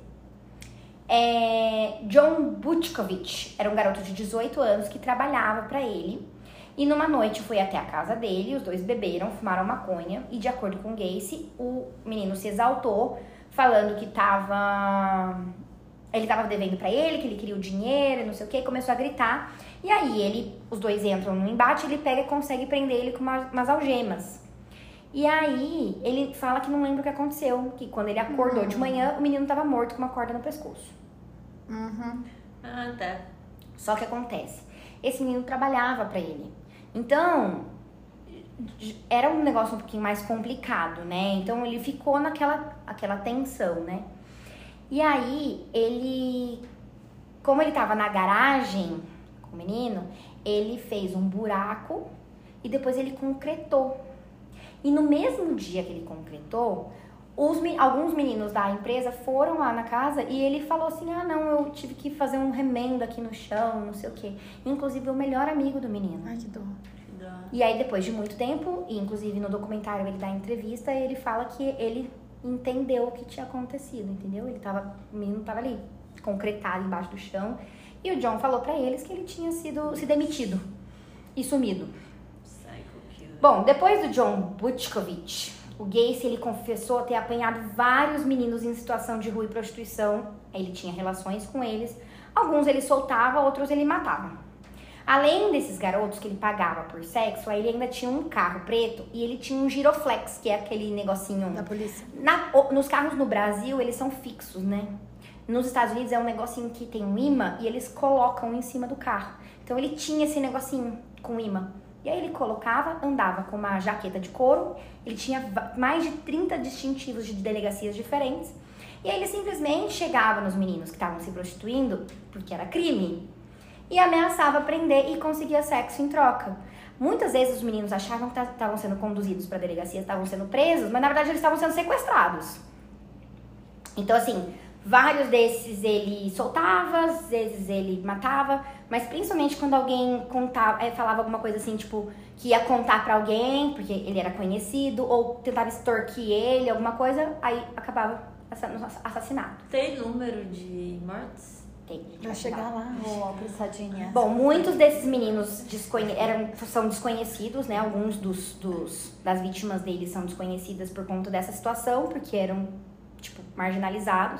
É, John Butkovich era um garoto de dezoito anos que trabalhava pra ele. E numa noite foi até a casa dele, os dois beberam, fumaram maconha. E de acordo com Gacy, o menino se exaltou, falando que tava... Ele tava devendo pra ele, que ele queria o dinheiro, não sei o que, começou a gritar. E aí ele, os dois entram no embate, ele pega e consegue prender ele com uma, umas algemas. E aí ele fala que não lembra o que aconteceu, que quando ele acordou Uhum. de manhã, o menino tava morto com uma corda no pescoço. Uhum. Ah, tá. Só que acontece, esse menino trabalhava pra ele. Então, era um negócio um pouquinho mais complicado, né? Então ele ficou naquela aquela tensão, né? E aí, ele, como ele tava na garagem com o menino, ele fez um buraco e depois ele concretou. E no mesmo dia que ele concretou, os, alguns meninos da empresa foram lá na casa e ele falou assim, ah não, eu tive que fazer um remendo aqui no chão, não sei o quê. Inclusive o melhor amigo do menino. Ai, que dor. Que dó. E aí depois de muito tempo, e inclusive no documentário ele dá entrevista, ele fala que ele entendeu o que tinha acontecido, entendeu? Ele tava, o menino tava ali, concretado embaixo do chão. E o John falou pra eles que ele tinha sido se demitido e sumido. Bom, depois do John Butchkovich, o Gacy, ele confessou ter apanhado vários meninos em situação de rua e prostituição. Ele tinha relações com eles. Alguns ele soltava, outros ele matava. Além desses garotos que ele pagava por sexo, aí ele ainda tinha um carro preto e ele tinha um giroflex, que é aquele negocinho... Da polícia. Na, nos carros no Brasil, eles são fixos, né? Nos Estados Unidos é um negocinho que tem um imã e eles colocam em cima do carro. Então ele tinha esse negocinho com imã. E aí ele colocava, andava com uma jaqueta de couro, ele tinha mais de trinta distintivos de delegacias diferentes. E aí ele simplesmente chegava nos meninos que estavam se prostituindo, porque era crime, e ameaçava prender e conseguia sexo em troca. Muitas vezes os meninos achavam que estavam sendo conduzidos para a delegacia, estavam sendo presos, mas na verdade eles estavam sendo sequestrados. Então assim, vários desses ele soltava, às vezes ele matava, mas principalmente quando alguém contava, falava alguma coisa assim, tipo, que ia contar pra alguém, porque ele era conhecido, ou tentava extorquir ele, alguma coisa, aí acabava assassinato. Tem número de mortes? Tem. Vai chegar lá, ô apressadinha. Bom, muitos desses meninos desconhe eram, são desconhecidos, né? Alguns dos, dos, das vítimas deles são desconhecidas por conta dessa situação, porque eram, tipo, marginalizados.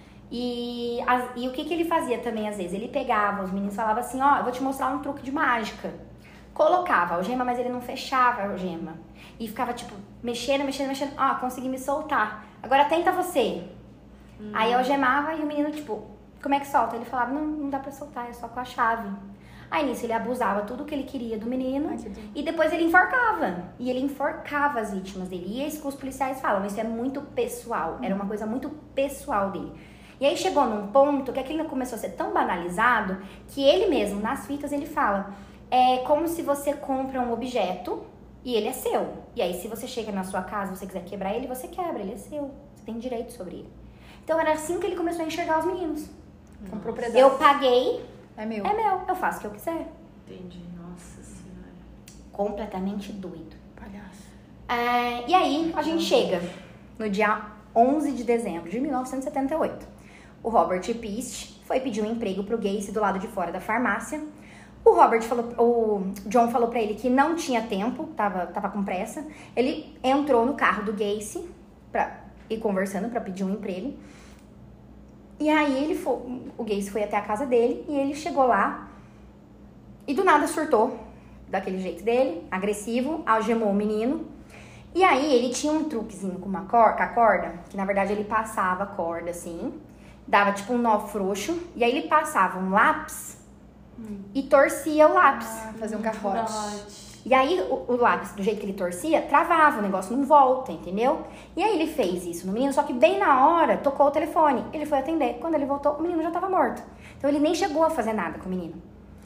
E, as, e o que, que ele fazia também, às vezes? Ele pegava, os meninos falavam assim, ó, oh, eu vou te mostrar um truque de mágica. Colocava a algema, mas ele não fechava a algema. E ficava, tipo, mexendo, mexendo, mexendo. Ó, oh, consegui me soltar. Agora tenta você. Hum. Aí eu algemava e o menino, tipo... Como é que solta? Ele falava, não, não dá pra soltar, é só com a chave. Aí nisso ele abusava tudo que ele queria do menino. Ai, e depois ele enforcava. E ele enforcava as vítimas dele. E é isso que os policiais falam, isso é muito pessoal. Era uma coisa muito pessoal dele. E aí chegou num ponto que aquilo começou a ser tão banalizado que ele mesmo, nas fitas, ele fala, é como se você compra um objeto e ele é seu. E aí se você chega na sua casa, você quiser quebrar ele, você quebra, ele é seu. Você tem direito sobre ele. Então era assim que ele começou a enxergar os meninos. Com propriedade. Eu paguei, é meu. É meu, eu faço o que eu quiser. Entendi, nossa senhora. Completamente doido. Palhaço. É, e aí, a gente chega no dia onze de dezembro de mil novecentos e setenta e oito. O Robert Pist foi pedir um emprego pro Gacy do lado de fora da farmácia. O Robert falou, o John falou pra ele que não tinha tempo, tava, tava com pressa. Ele entrou no carro do Gacy pra ir conversando pra pedir um emprego. E aí ele foi, o Gacy foi até a casa dele e ele chegou lá e do nada surtou, daquele jeito dele, agressivo, algemou o menino. E aí ele tinha um truquezinho com, uma cor, com a corda, que na verdade ele passava a corda assim, dava tipo um nó frouxo, e aí ele passava um lápis hum. e torcia o lápis. Ah, fazia um garrote. E aí, o, o lápis, do jeito que ele torcia, travava, o negócio não volta, entendeu? E aí ele fez isso no menino, só que bem na hora, tocou o telefone. Ele foi atender. Quando ele voltou, o menino já tava morto. Então ele nem chegou a fazer nada com o menino.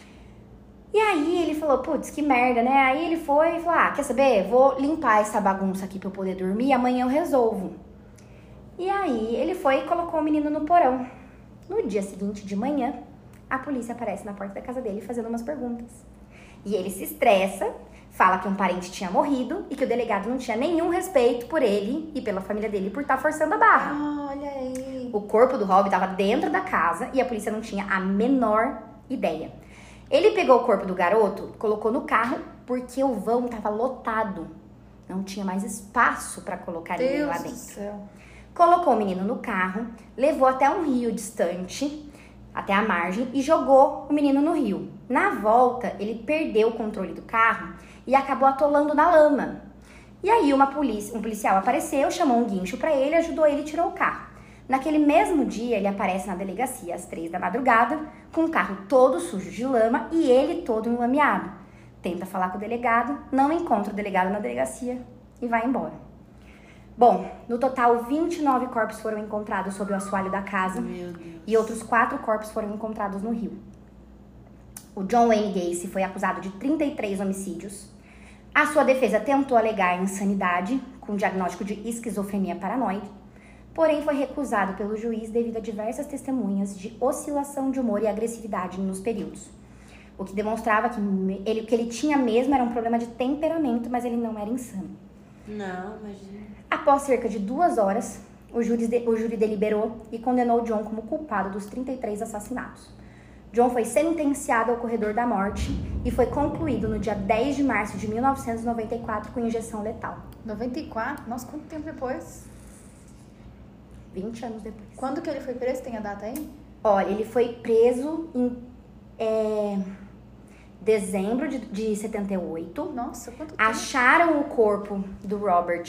E aí ele falou, putz, que merda, né? Aí ele foi e falou, ah, quer saber? Vou limpar essa bagunça aqui pra eu poder dormir, amanhã eu resolvo. E aí ele foi e colocou o menino no porão. No dia seguinte de manhã, a polícia aparece na porta da casa dele fazendo umas perguntas. E ele se estressa, fala que um parente tinha morrido e que o delegado não tinha nenhum respeito por ele e pela família dele por estar forçando a barra. Ah, olha aí. O corpo do Rob estava dentro da casa e a polícia não tinha a menor ideia. Ele pegou o corpo do garoto, colocou no carro porque o vão estava lotado. Não tinha mais espaço para colocar Deus ele lá dentro. Do céu. Colocou o menino no carro, levou até um rio distante, até a margem, e jogou o menino no rio. Na volta, ele perdeu o controle do carro e acabou atolando na lama. E aí uma polícia, um policial apareceu, chamou um guincho para ele, ajudou ele e tirou o carro. Naquele mesmo dia, ele aparece na delegacia às três da madrugada, com o carro todo sujo de lama e ele todo enlameado. Tenta falar com o delegado, não encontra o delegado na delegacia e vai embora. Bom, no total, vinte e nove corpos foram encontrados sob o assoalho da casa. Meu Deus. E outros quatro corpos foram encontrados no rio. O John Wayne Gacy foi acusado de trinta e três homicídios. A sua defesa tentou alegar insanidade, com diagnóstico de esquizofrenia paranoide, porém foi recusado pelo juiz devido a diversas testemunhas de oscilação de humor e agressividade nos períodos. O que demonstrava que ele, o que ele tinha mesmo era um problema de temperamento, mas ele não era insano. Não, imagina. Após cerca de duas horas, o júri, de, o júri deliberou e condenou John como culpado dos trinta e três assassinatos. John foi sentenciado ao corredor da morte e foi concluído no dia dez de março de mil novecentos e noventa e quatro com injeção letal. noventa e quatro? Nossa, quanto tempo depois? vinte anos depois. Quando que ele foi preso? Tem a data aí? Olha, ele foi preso em é, dezembro de, de setenta e oito. Nossa, quanto tempo? Acharam o corpo do Robert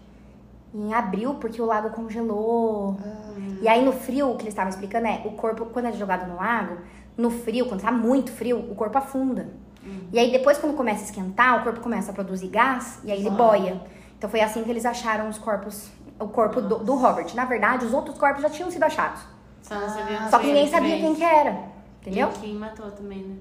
em abril, porque o lago congelou. Ah. E aí no frio, o que eles estavam explicando é, o corpo, quando é jogado no lago, no frio, quando tá muito frio, o corpo afunda. Uhum. E aí depois, quando começa a esquentar, o corpo começa a produzir gás e aí ele boia. Então foi assim que eles acharam os corpos, o corpo do, do Robert. Na verdade, os outros corpos já tinham sido achados. Só não sabia Só que ninguém sabia quem que era, entendeu? E quem matou também, né?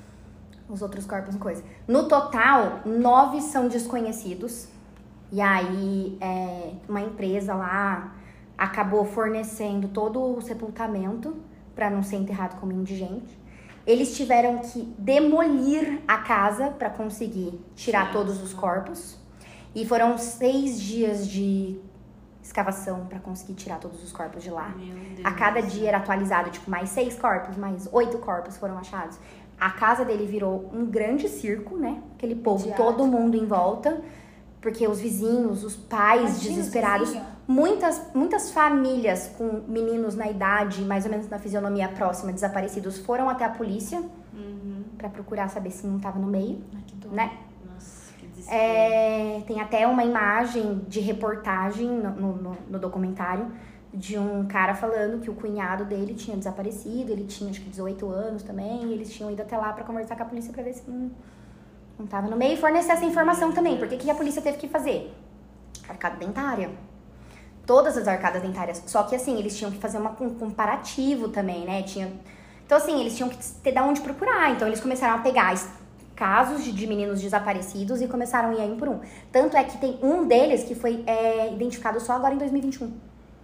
Os outros corpos e coisa. No total, nove são desconhecidos. E aí, é, uma empresa lá acabou fornecendo todo o sepultamento para não ser enterrado como indigente. Eles tiveram que demolir a casa para conseguir tirar Sim. todos os corpos. E foram seis dias de escavação para conseguir tirar todos os corpos de lá. Meu Deus. A cada dia era atualizado, tipo, mais seis corpos, mais oito corpos foram achados. A casa dele virou um grande circo, né? Aquele povo, Midiático. todo mundo em volta. Porque os vizinhos, os pais Imagina, desesperados, vizinho. muitas, muitas famílias com meninos na idade, mais ou menos na fisionomia próxima, desaparecidos, foram até a polícia Uhum. pra procurar saber se não tava no meio, Ai, que dor. né? Nossa, que desespero. É, tem até uma imagem de reportagem no, no, no documentário de um cara falando que o cunhado dele tinha desaparecido, ele tinha acho que dezoito anos também, e eles tinham ido até lá pra conversar com a polícia pra ver se não, não tava no meio e fornecer essa informação também. Por que que a polícia teve que fazer? Arcada dentária. Todas as arcadas dentárias. Só que assim, eles tinham que fazer uma, um comparativo também, né? Tinha... Então assim, eles tinham que ter de onde procurar. Então eles começaram a pegar es- casos de, de meninos desaparecidos e começaram a ir um por um. Tanto é que tem um deles que foi é, identificado só agora em dois mil e vinte e um.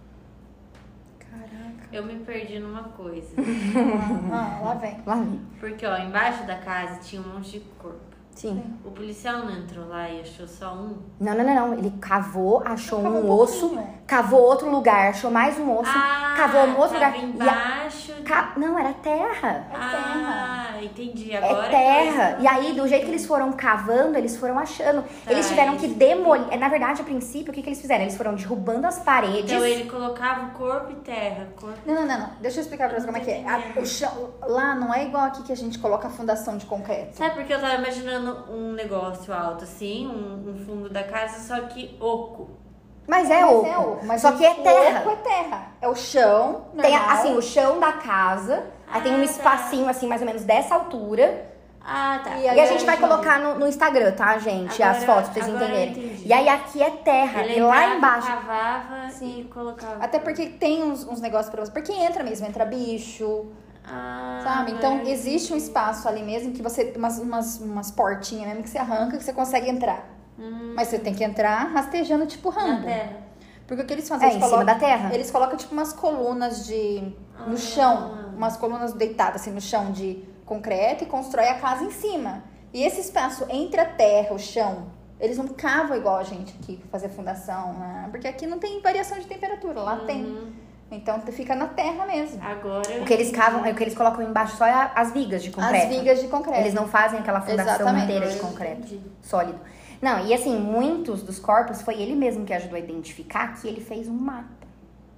Caraca. Eu me perdi numa coisa. Ah, lá vem. Lá vem. Porque, ó, embaixo da casa tinha um monte de corpo. Sim. O policial não entrou lá e achou só um? Não, não, não, não. Ele cavou, achou Cavou um um osso, pouquinho. cavou outro lugar, achou mais um osso, Ah, cavou um outro tava lugar. E a- embaixo. ca- Não, era terra. Ah, entendi. Agora É terra. que eu- E aí, do jeito que eles foram cavando, eles foram achando. Tá, Eles tiveram que isso. demolir. é, Na verdade, a princípio, o que, que eles fizeram? Eles foram derrubando as paredes. Então ele colocava o corpo e terra. Corpo... Não, não, não, não. Deixa eu explicar pra você como é que é. A- o chão, lá não é igual aqui que a gente coloca a fundação de concreto. Sabe porque eu tava imaginando um negócio alto assim, um, um fundo da casa, só que oco. Mas é Mas oco. é oco, mas Só o que é terra. oco é terra. É o chão, Tem, normal. assim, o chão da casa. Aí tem um Ah, tá. espacinho, assim, mais ou menos dessa altura. Ah, tá. E E, aí a gente vai agora- colocar no, no Instagram, tá, gente? as Agora- fotos pra vocês agora eu entenderem. entendi. E aí aqui é terra. Ele e lá entrava, embaixo. cavava Sim. e colocava. Até porque tem uns, uns negócios pra você. Porque entra mesmo, entra bicho, Ah, sabe? Então verdade. existe um espaço ali mesmo que você. Umas, umas, umas portinhas mesmo que você arranca que você consegue entrar. Hum, Mas você tem que entrar rastejando, tipo na rambo. terra. Porque o que eles fazem? É, Eles em cima colocam- da terra. Eles colocam tipo umas colunas de. no Ah. chão. Umas colunas deitadas assim no chão de concreto e constrói a casa em cima. E esse espaço entre a terra, o chão, eles não cavam igual a gente aqui pra fazer fundação, né? Porque aqui não tem variação de temperatura, lá tem. Uhum. Então fica na terra mesmo. Agora eu O que eles entendi. cavam, o que eles colocam embaixo só é a- as vigas de concreto. As vigas de concreto. Eles não fazem aquela fundação Exatamente. inteira de Eu concreto, entendi. sólido. Não, e assim, muitos dos corpos foi ele mesmo que ajudou a identificar, que ele fez um mapa.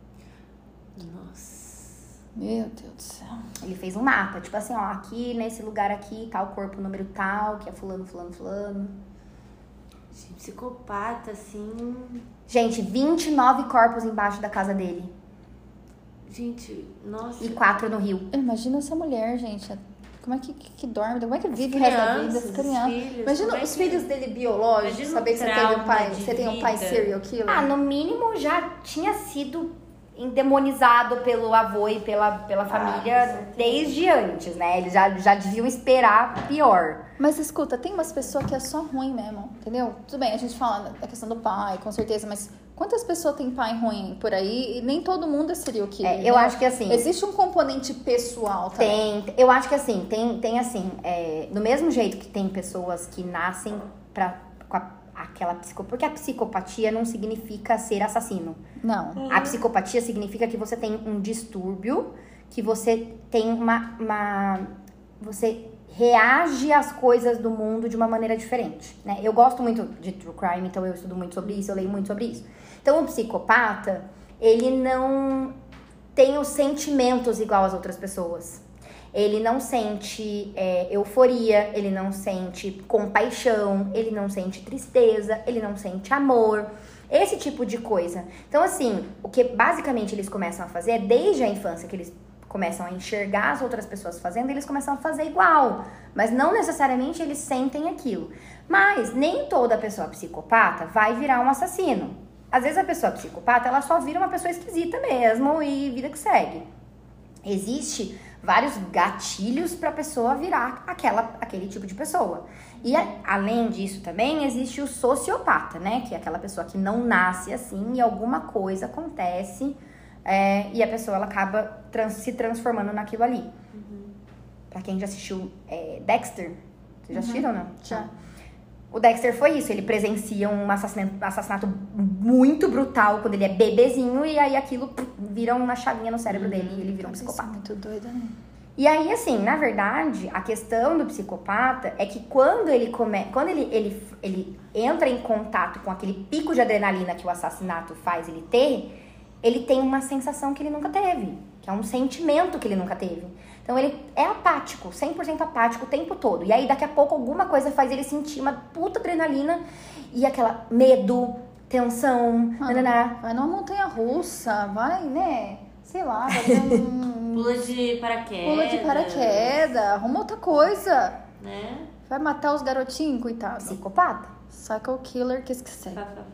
Nossa. Meu Deus do céu. Ele fez um mapa, tipo assim, ó, aqui nesse lugar aqui, tal corpo, número tal, que é fulano, fulano, fulano. Gente, psicopata, assim. Gente, vinte e nove corpos embaixo da casa dele Gente, nossa. e quatro no rio. Imagina essa mulher, gente. Como é que, que, que dorme? Como é que vive o As resto da vida? crianças, As os crianças. filhos, Imagina como é os que- filhos dele biológicos, Imagina o saber que você teve um trauma pai, de você tem um pai vida. serial killer. Ah, no mínimo já tinha sido endemonizado pelo avô e pela, pela família desde antes, né? Eles já, já deviam esperar pior. Mas escuta, tem umas pessoas que é só ruim mesmo, entendeu? Tudo bem, a gente fala da questão do pai, com certeza, mas quantas pessoas tem pai ruim por aí? E nem todo mundo é serial killer. É, eu né? acho que assim... Existe um componente pessoal também. Tem, eu acho que assim, tem, tem assim, é, do mesmo jeito que tem pessoas que nascem pra, com a, aquela psicopatia, porque a psicopatia não significa ser assassino. Não. A psicopatia significa que você tem um distúrbio, que você tem uma, uma você reage às coisas do mundo de uma maneira diferente, né? Eu gosto muito de true crime, então eu estudo muito sobre isso, eu leio muito sobre isso. Então, o psicopata, ele não tem os sentimentos igual às outras pessoas. Ele não sente é, euforia, ele não sente compaixão, ele não sente tristeza, ele não sente amor, esse tipo de coisa. Então, assim, o que basicamente eles começam a fazer é, desde a infância que eles começam a enxergar as outras pessoas fazendo, eles começam a fazer igual, mas não necessariamente eles sentem aquilo. Mas nem toda pessoa psicopata vai virar um assassino. Às vezes a pessoa psicopata, ela só vira uma pessoa esquisita mesmo e vida que segue. Existe vários gatilhos para a pessoa virar aquela, aquele tipo de pessoa. E a, além disso também existe o sociopata, né? Que é aquela pessoa que não nasce assim e alguma coisa acontece é, e a pessoa ela acaba trans, se transformando naquilo ali. Uhum. Pra quem já assistiu é, Dexter, vocês já uhum. assistiram ou não? Já. O Dexter foi isso, ele presencia um assassinato, assassinato muito brutal quando ele é bebezinho e aí aquilo vira uma chavinha no cérebro dele e ele vira um psicopata. Muito doido, né? E aí, assim, na verdade, a questão do psicopata é que quando ele come... quando ele, ele, ele entra em contato com aquele pico de adrenalina que o assassinato faz ele ter, ele tem uma sensação que ele nunca teve, que é um sentimento que ele nunca teve. Então ele é apático, cem por cento apático o tempo todo. E aí daqui a pouco alguma coisa faz ele sentir uma puta adrenalina e aquela medo, tensão, ah, nananá. Vai numa montanha russa, vai, né? Sei lá, vai ter um... Pula de paraquedas. Pula de paraquedas, arruma outra coisa. Né? Vai matar os garotinhos, coitado. Psicopata. Psycho killer, que esqueci.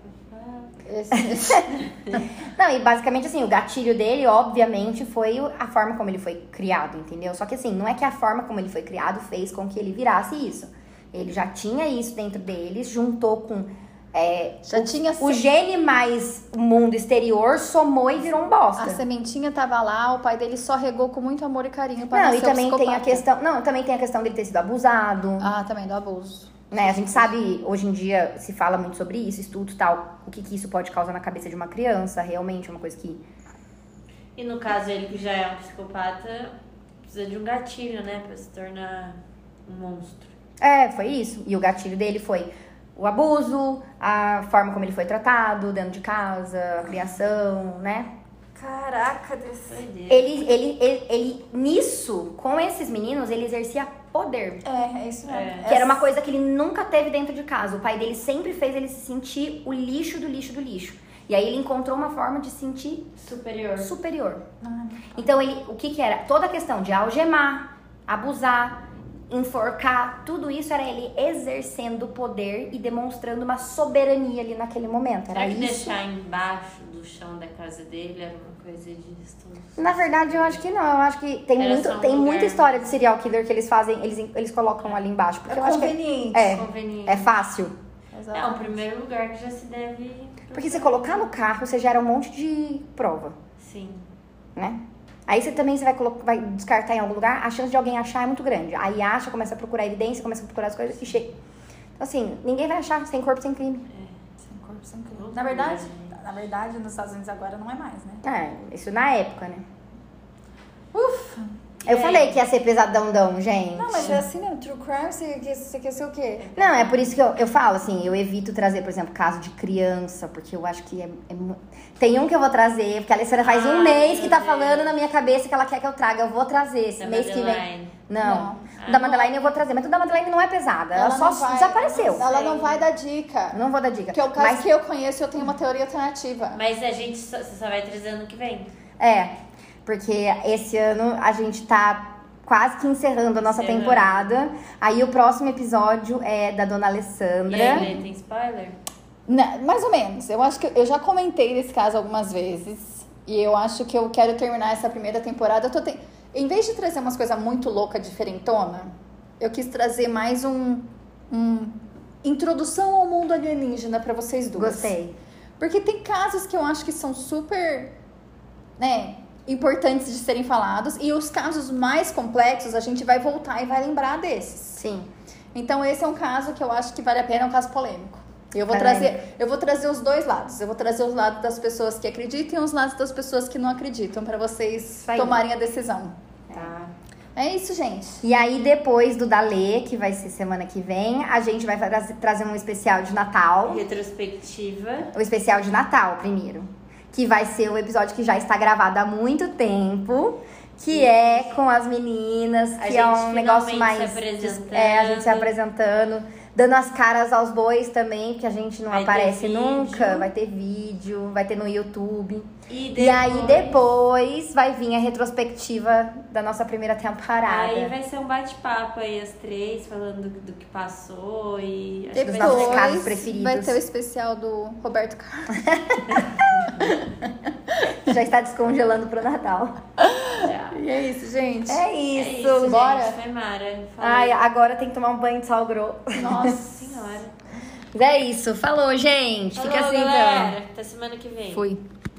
Esse, esse. Não, e basicamente assim, o gatilho dele, obviamente, foi a forma como ele foi criado, entendeu? Só que assim, não é que a forma como ele foi criado fez com que ele virasse isso. Ele já tinha isso dentro dele, juntou com é, já o, tinha o gene mais o mundo exterior, somou e virou um bosta. A sementinha tava lá, o pai dele só regou com muito amor e carinho para Não, nascer e também o tem a questão, não, também tem a questão dele ter sido abusado. Ah, também do abuso. Né, a gente sabe, hoje em dia se fala muito sobre isso, estudos e tal, o que, que isso pode causar na cabeça de uma criança, realmente é uma coisa que... E no caso, ele que já é um psicopata, precisa de um gatilho, né, pra se tornar um monstro. É, foi isso. E o gatilho dele foi o abuso, a forma como ele foi tratado dentro de casa, a criação, né? Caraca, desse... Ele, ele, ele, ele, nisso, com esses meninos, ele exercia poder. É, é isso mesmo. É. Que era uma coisa que ele nunca teve dentro de casa. O pai dele sempre fez ele se sentir o lixo do lixo do lixo. E aí ele encontrou uma forma de se sentir superior. superior. Ah, então, ele, o que que era? Toda a questão de algemar, abusar, enforcar, tudo isso era ele exercendo poder e demonstrando uma soberania ali naquele momento. Era Será que isso? deixar embaixo do chão da casa dele era uma coisa disso? Na verdade, eu acho que não. Eu acho que tem, Era muito, só um tem lugar. muita história de serial killer que eles fazem, eles, eles colocam ali embaixo. Porque É eu acho que conveniente. é, Conveniente. é fácil. É o primeiro lugar que já se deve... Porque você colocar no carro, você gera um monte de prova, Sim. né? Aí você também você vai, colocar, vai descartar em algum lugar, a chance de alguém achar é muito grande. Aí acha, começa a procurar evidência, começa a procurar as coisas e chega. Então assim, ninguém vai achar sem corpo, sem crime. Sem corpo, sem crime. Na verdade, na verdade, nos Estados Unidos agora não é mais, né? É, isso na época, né? Ufa! Eu E falei aí? que ia ser pesadão, gente. Não, mas é assim mesmo. True crime, você, quer- você quer ser o quê? Não, é por isso que eu, eu falo, assim, eu evito trazer, por exemplo, caso de criança, porque eu acho que é, é mu- Tem um que eu vou trazer, porque a Alessandra faz um Ai, mês que meu tá Deus. falando na minha cabeça que ela quer que eu traga. Eu vou trazer esse Da mês que vem. Madeline. Não. Não. O da Madeline eu vou trazer, mas o da Madeline não é pesada. Ela, só não vai- desapareceu. Ela não vai dar dica. Não vou dar dica. Porque o caso mas, que eu conheço, eu tenho uma teoria alternativa. Mas a gente só, você só vai trazer ano que vem. É, porque esse ano a gente tá quase que encerrando a nossa Encerrando. temporada. Aí o próximo episódio é da Dona Alessandra. E aí, tem spoiler? Na- mais ou menos. Eu acho que eu já comentei desse caso algumas vezes. E eu acho que eu quero terminar essa primeira temporada. Eu tô te... Em vez de trazer umas coisas muito loucas, diferentona, eu quis trazer mais um, um introdução ao mundo alienígena pra vocês duas. Gostei. Porque tem casos que eu acho que são super, né, importantes de serem falados. E os casos mais complexos, a gente vai voltar e vai lembrar desses. Sim. Então esse é um caso que eu acho que vale a pena, é um caso polêmico. Eu vou, Polêmico. trazer, eu vou trazer os dois lados. Eu vou trazer os lados das pessoas que acreditam e os lados das pessoas que não acreditam, pra vocês aí. tomarem a decisão. Tá. É isso, gente. E aí, depois do Dalê, que vai ser semana que vem, a gente vai tra- trazer um especial de Natal. Retrospectiva. O especial de Natal, primeiro. Que vai ser o episódio que já está gravado há muito tempo. Que é com as meninas, A que é gente um negócio finalmente mais... se apresentando. É, a gente se apresentando. Dando as caras aos dois também, porque a gente não Vai ter aparece vídeo. nunca. Vai ter vídeo, vai ter no YouTube. E, E aí, depois, vai vir a retrospectiva da nossa primeira temporada. Aí vai ser um bate-papo aí, as três, falando do, do que passou e... Acho que Dos vai nossos ser- casos preferidos. Vai ter o especial do Roberto Carlos. Já está descongelando pro Natal. Já. E é isso, gente. É É isso. isso, gente. bora? Foi Mara. Falou. Ai, agora tem que tomar um banho de sal grosso. Nossa. Senhora. Mas é isso. Falou, gente. Fica Falou, assim, então. galera. Até semana que vem. Fui.